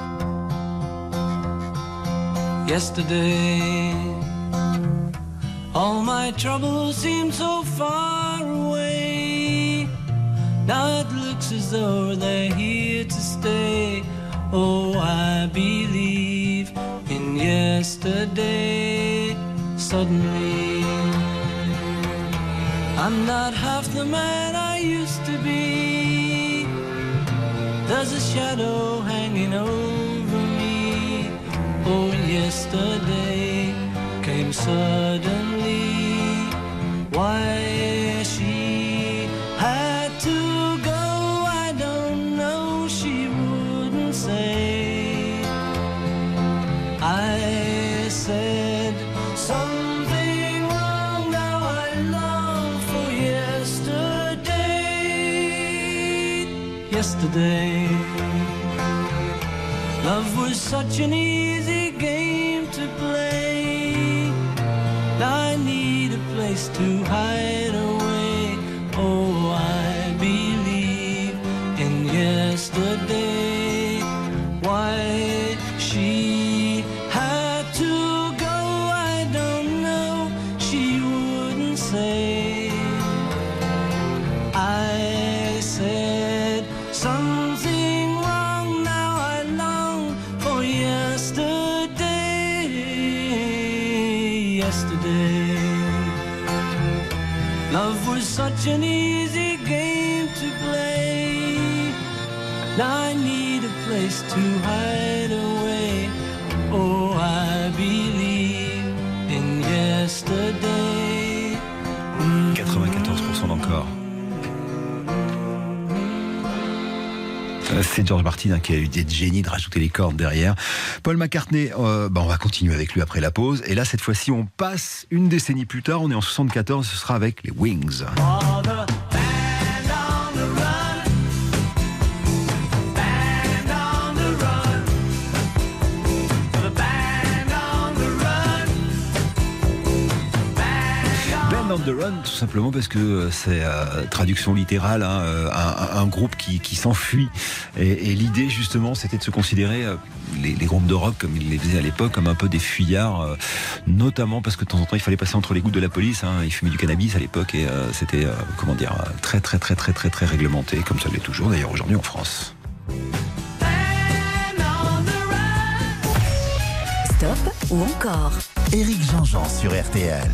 Yesterday, all my troubles seem so far away. Now it looks as though they're here to stay. Oh, I believe in yesterday. Suddenly, I'm not half the man I used to be. There's a shadow hanging over me. Oh, yesterday came suddenly. Why she had to go, I don't know, she wouldn't say. I said something wrong, now I long for yesterday. Yesterday, love was such an easy game to play. Now I need a place to hide away. Oh, I believe in yesterday. Why she had to go, I don't know, she wouldn't say. I said something wrong, now I long for yesterday. Yesterday, love was such an easy game to play. Now I need a place to hide away. Oh, I believe in yesterday. quatre-vingt-quatorze pour cent d'encore. C'est George Martin hein, qui a eu des génies de rajouter les cordes derrière. Paul McCartney, euh, bah on va continuer avec lui après la pause. Et là, cette fois-ci, on passe une décennie plus tard. On est en soixante-quatorze, ce sera avec les Wings. On the Run, tout simplement parce que c'est euh, traduction littérale, hein, un, un groupe qui, qui s'enfuit. Et, et l'idée, justement, c'était de se considérer euh, les, les groupes de rock, comme ils les faisaient à l'époque, comme un peu des fuyards, euh, notamment parce que de temps en temps, il fallait passer entre les gouttes de la police. Hein, ils fumaient du cannabis à l'époque et euh, c'était, euh, comment dire, très, très, très, très, très, très réglementé, comme ça l'est toujours d'ailleurs aujourd'hui en France. Stop ou encore Éric Jean-Jean sur R T L.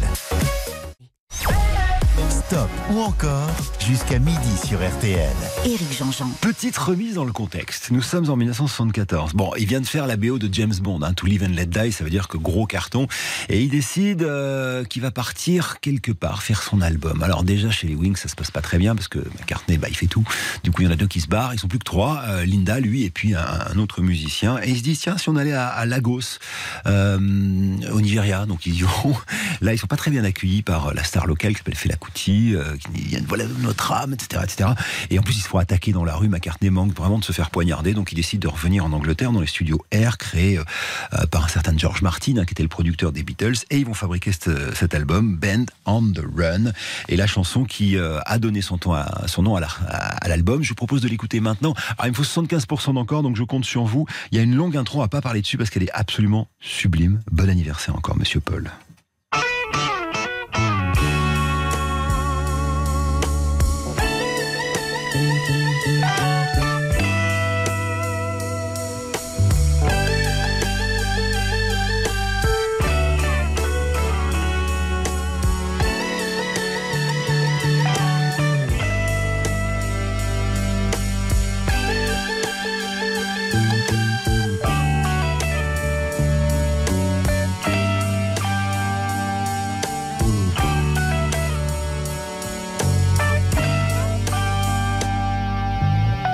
Stop ou encore jusqu'à midi sur R T L. Éric Jean-Jean. Petite remise dans le contexte. Nous sommes en dix-neuf cent soixante-quatorze. Bon, il vient de faire la B O de James Bond, hein, To Live and Let Die, ça veut dire que gros carton. Et il décide euh, qu'il va partir quelque part, faire son album. Alors déjà, chez les Wings, ça se passe pas très bien parce que McCartney, bah, il fait tout. Du coup, il y en a deux qui se barrent. Ils sont plus que trois. Euh, Linda, lui, et puis un, un autre musicien. Et ils se disent, tiens, si on allait à, à Lagos, euh, au Nigeria. Donc ils y vont. Là, ils sont pas très bien accueillis par la star locale qui s'appelle Fela Kuti. Euh, qui viennent, voilà notre âme, et cetera, et cetera. Et en plus, ils se font attaquer dans la rue. McCartney manque vraiment de se faire poignarder, donc il décide de revenir en Angleterre dans les studios Air, créés euh, par un certain George Martin, hein, qui était le producteur des Beatles, et ils vont fabriquer cet, cet album, Band on the Run, et la chanson qui euh, a donné son, ton à, son nom à, la, à, à l'album. Je vous propose de l'écouter maintenant. Alors, il me faut soixante-quinze pour cent d'encore, donc je compte sur vous. Il y a une longue intro, on va pas parler dessus parce qu'elle est absolument sublime. Bon anniversaire encore, Monsieur Paul.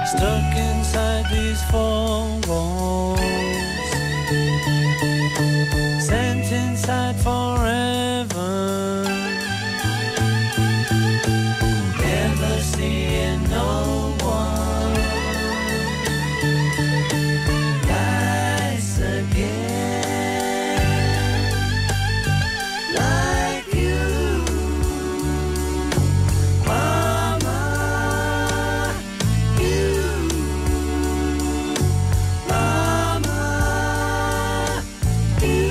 stuck inside these four walls, sent inside forever, never seeing no one nice again like you, Mama, you, Mama, you.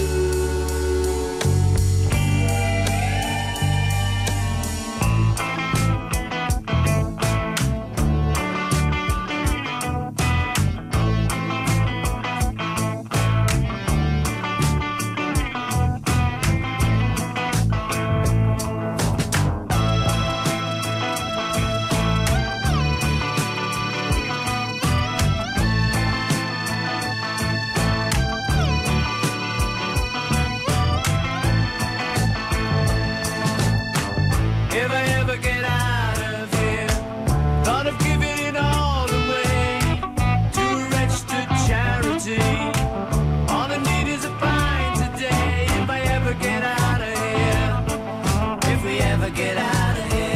If I ever get out of here, thought of giving it all away to a registered charity. All I need is a pint today. If I ever get out of here, if we ever get out of here.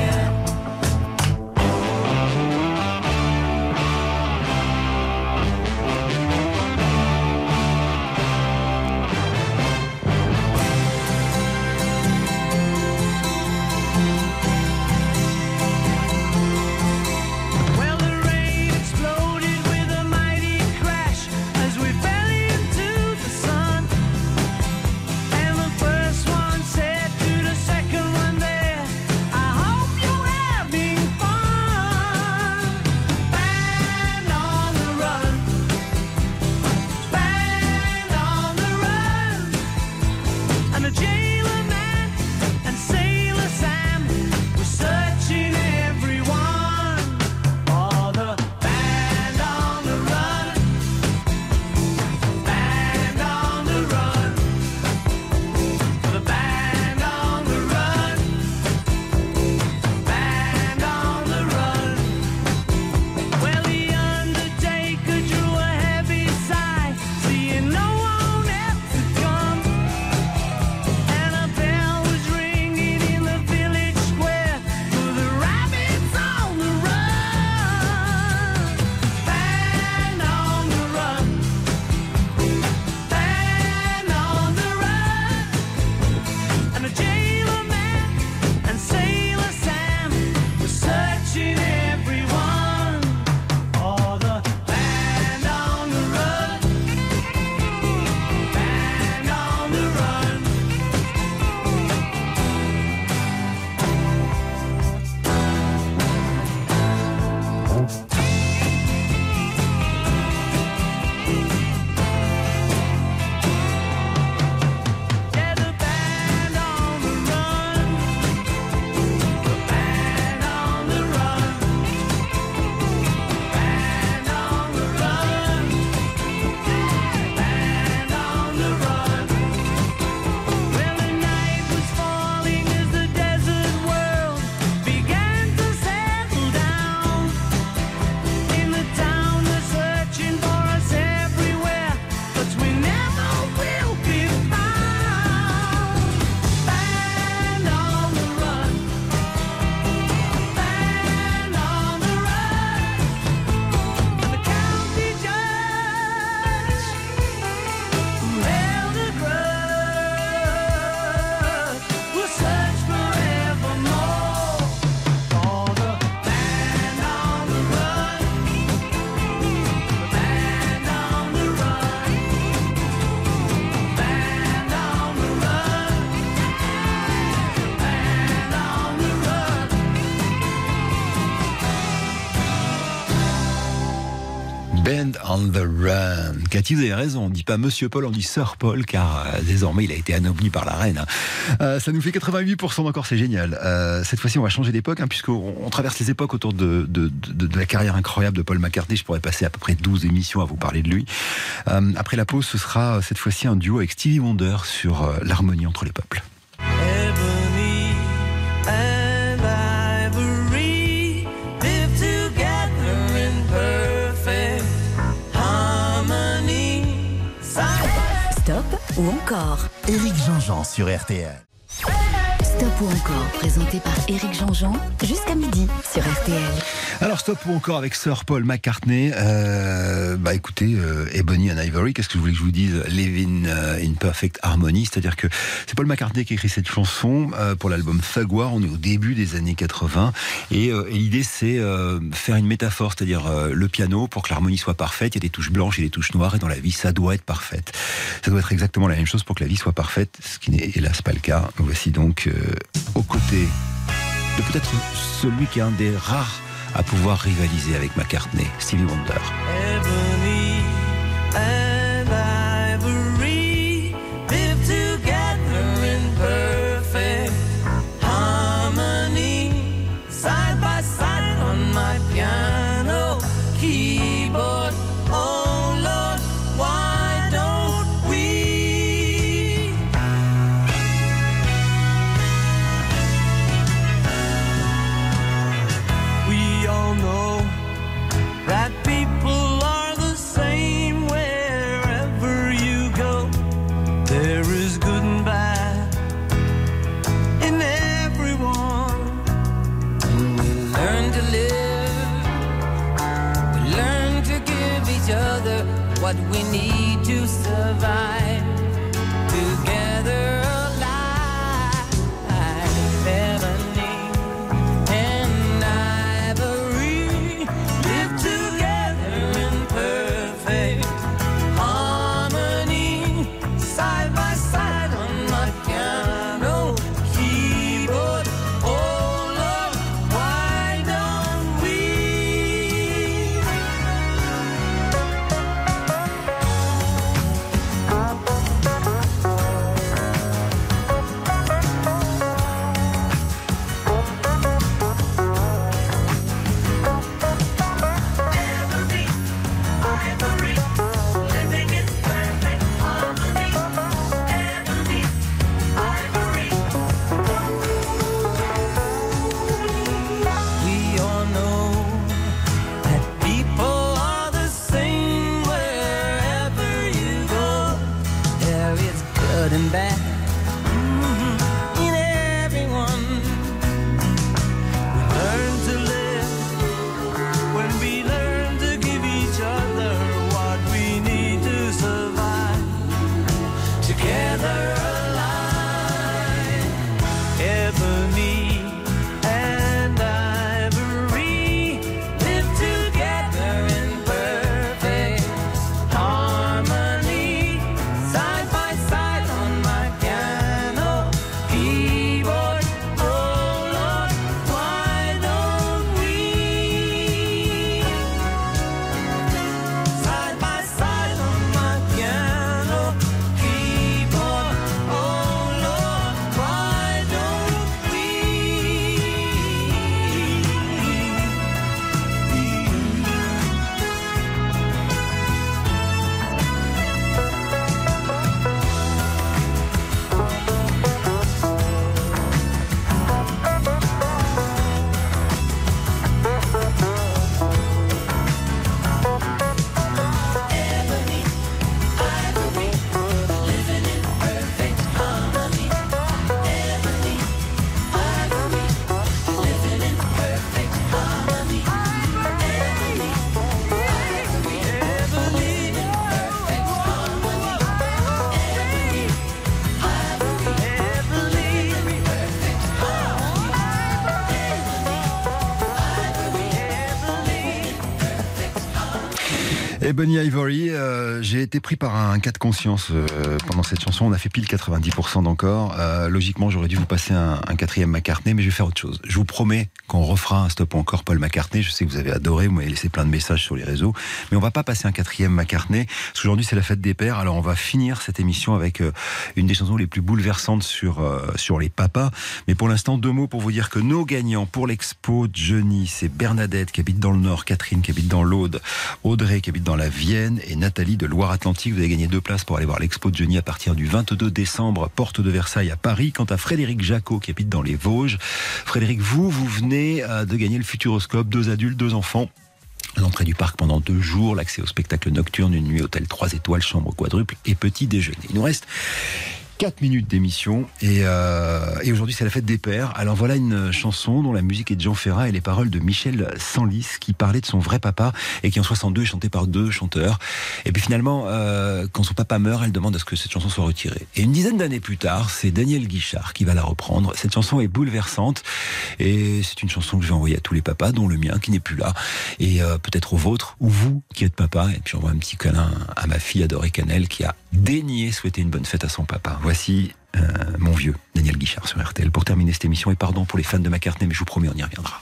Well, the rain exploded with a mighty crash as we fell into the sun. And the first one said to the second one there, I hope you're having fun. Band on the run, band on the run. And the jailer man and Sailor Sam were searching everyone for the band on the run, band on the run, the band on the run, band on the run. Well, the undertaker drew a heavy sigh, seeing no one else had come. And a bell was ringing in the village square for the rabbits on the run. Band on the run, band on the run. And the jailer man and Sailor Sam were searching everyone for the band on the run, band on the run. Yeah, the band on the run, the band on the run, band on the run, band on the run. Well, the night was falling as the desert world began to settle down. In the town they're searching for us everywhere, but we never will be found. Band on the run, band on the run. And the county judge who held a grudge will search forevermore for the band on the run, the band on the run, band on the run, band on the run. Band on the Run. Cathy, vous avez raison, on ne dit pas Monsieur Paul, on dit Sir Paul, car euh, désormais il a été anobli par la reine. hein. Euh, ça nous fait quatre-vingt-huit pour cent encore, c'est génial. Euh, cette fois-ci, on va changer d'époque, hein, puisqu'on on traverse les époques autour de, de, de, de la carrière incroyable de Paul McCartney. Je pourrais passer à peu près douze émissions à vous parler de lui. Euh, après la pause, ce sera cette fois-ci un duo avec Stevie Wonder sur euh, l'harmonie entre les peuples. Ebony and ivory live together in ou encore. Éric Jean-Jean sur R T L. Stop ou encore, présenté par Éric Jean-Jean, jusqu'à midi sur R T L. Alors Stop ou encore avec Sir Paul McCartney. Euh, bah écoutez, euh, Ebony and Ivory, qu'est-ce que je voulais que je vous dise? Live in, uh, in Perfect Harmony, c'est-à-dire que c'est Paul McCartney qui a écrit cette chanson euh, pour l'album Thug War. On est au début des années quatre-vingts et, euh, et l'idée c'est euh, faire une métaphore, c'est-à-dire euh, le piano pour que l'harmonie soit parfaite. Il y a des touches blanches et des touches noires et dans la vie ça doit être parfaite. Ça doit être exactement la même chose pour que la vie soit parfaite, ce qui n'est hélas pas le cas. Voici donc euh, aux côtés de peut-être celui qui est un des rares à pouvoir rivaliser avec McCartney, Stevie Wonder. Ebony and ivory live together in perfect harmony, side by side on my piano keyboard. Oh Lord, why don't we? We all know that people are the same wherever you go. There is good and bad in everyone. And we learn to live, we learn to give each other what we need to survive. Together alive, ebony and ivory live together in perfect harmony, side by side on my piano keyboard. Oh Lord, why don't we? We all know that people are the same wherever you go. There is good and bad mhm, in everyone. We learn to live when we learn to give each other what we need to survive. Together alive, ebony and ivory live together in perfect harmony, side by side on my piano keyboard. Oh Lord, why don't we? Side by side on my piano keyboard. Oh Lord, why don't we? Ebony, ivory, living in perfect harmony. Ebony, ivory, living in perfect harmony. Ebony, ivory, living in perfect harmony. Ebony, ivory, living in perfect harmony. Ebony Ivory, euh, j'ai été pris par un cas de conscience euh, pendant cette chanson. On a fait pile quatre-vingt-dix pour cent d'encore. Euh, logiquement, j'aurais dû vous passer un, un quatrième McCartney, mais je vais faire autre chose. Je vous promets qu'on refera un Stop ou encore Paul McCartney. Je sais que vous avez adoré, vous m'avez laissé plein de messages sur les réseaux, mais on va pas passer un quatrième McCartney, parce qu'aujourd'hui c'est la fête des pères. Alors on va finir cette émission avec euh, une des chansons les plus bouleversantes sur, euh, sur les papas. Mais pour l'instant, deux mots pour vous dire que nos gagnants pour l'expo Johnny, c'est Bernadette qui habite dans le Nord, Catherine qui habite dans l'Aude, Audrey qui habite dans la Vienne et Nathalie de Loire-Atlantique. Vous avez gagné deux places pour aller voir l'expo de Johnny à partir du vingt-deux décembre, porte de Versailles à Paris. Quant à Frédéric Jacot qui habite dans les Vosges, Frédéric, vous, vous venez de gagner le Futuroscope, deux adultes, deux enfants. L'entrée du parc pendant deux jours, l'accès au spectacle nocturne, une nuit hôtel trois étoiles, chambre quadruple et petit déjeuner. Il nous reste quatre minutes d'émission et, euh, et aujourd'hui c'est la fête des pères. Alors voilà une chanson dont la musique est de Jean Ferrat et les paroles de Michel Sanlis qui parlait de son vrai papa et qui en soixante-deux est chanté par deux chanteurs. Et puis finalement, euh, quand son papa meurt, elle demande à ce que cette chanson soit retirée. Et une dizaine d'années plus tard, c'est Daniel Guichard qui va la reprendre. Cette chanson est bouleversante et c'est une chanson que je vais envoyer à tous les papas, dont le mien qui n'est plus là et euh, peut-être au vôtre ou vous qui êtes papa. Et puis j'envoie un petit câlin à ma fille adorée Canel qui a daigné souhaiter une bonne fête à son papa. Voici euh, mon vieux Daniel Guichard sur R T L pour terminer cette émission. Et pardon pour les fans de McCartney, mais je vous promets, on y reviendra.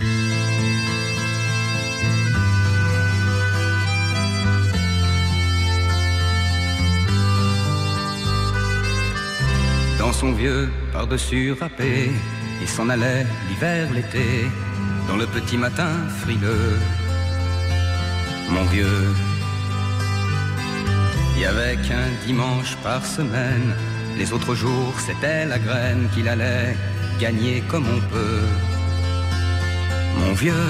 Dans son vieux par-dessus râpé, il s'en allait l'hiver, l'été, dans le petit matin frileux. Mon vieux, il y avait qu'un dimanche par semaine. Les autres jours, c'était la graine qu'il allait gagner comme on peut. Mon vieux,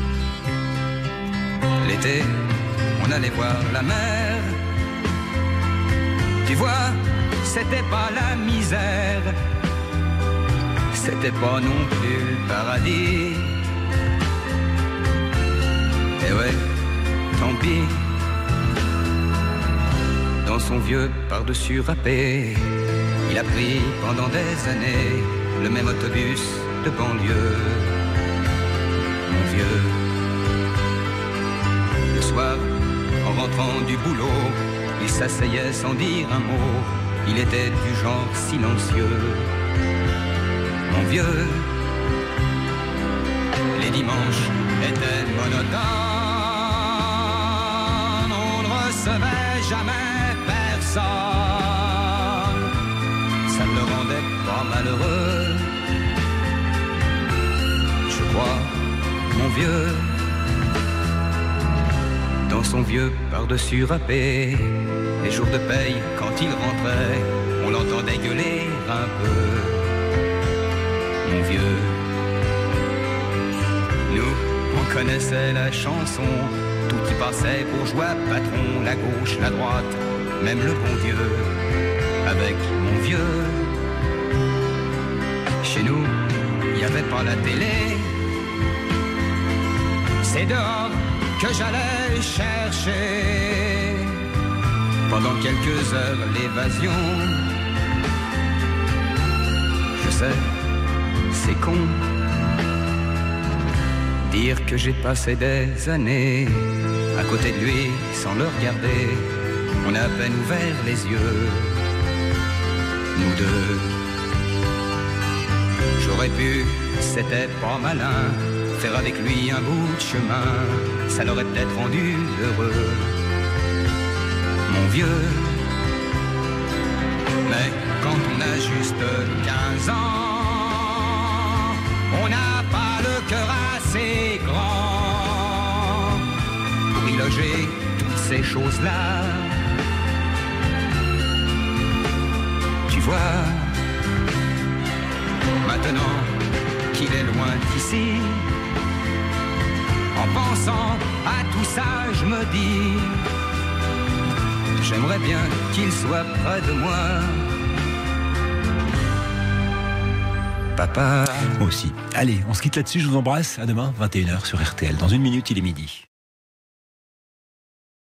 l'été, on allait voir la mer. Tu vois, c'était pas la misère, c'était pas non plus le paradis. Et ouais, tant pis. Dans son vieux par-dessus râpé, il a pris pendant des années le même autobus de banlieue. Mon vieux, le soir, en rentrant du boulot, il s'asseyait sans dire un mot. Il était du genre silencieux. Mon vieux, les dimanches étaient monotones. On ne recevait jamais personne. Ça ne le rendait pas malheureux. Je crois, mon vieux, dans son vieux par-dessus râpé. Les jours de paye, quand il rentrait, on l'entendait gueuler un peu. Mon vieux, nous, on connaissait la chanson. Tout y passait, bourgeois, patron, la gauche, la droite, même le bon Dieu. Avec mon vieux, chez nous, il n'y avait pas la télé. C'est dehors que j'allais chercher. Pendant quelques heures, l'évasion. Je sais, c'est con. Dire que j'ai passé des années à côté de lui sans le regarder. On a à peine ouvert les yeux, nous deux. J'aurais pu, c'était pas malin, faire avec lui un bout de chemin. Ça l'aurait peut-être rendu heureux. Mon vieux, mais quand on a juste quinze ans, on n'a pas le cœur assez grand pour y loger toutes ces choses-là. Tu vois, maintenant qu'il est loin d'ici, en pensant à tout ça, je me dis, j'aimerais bien qu'il soit près de moi. Papa. Moi aussi. Allez, on se quitte là-dessus, je vous embrasse. À demain, vingt et une heures sur R T L. Dans une minute, il est midi.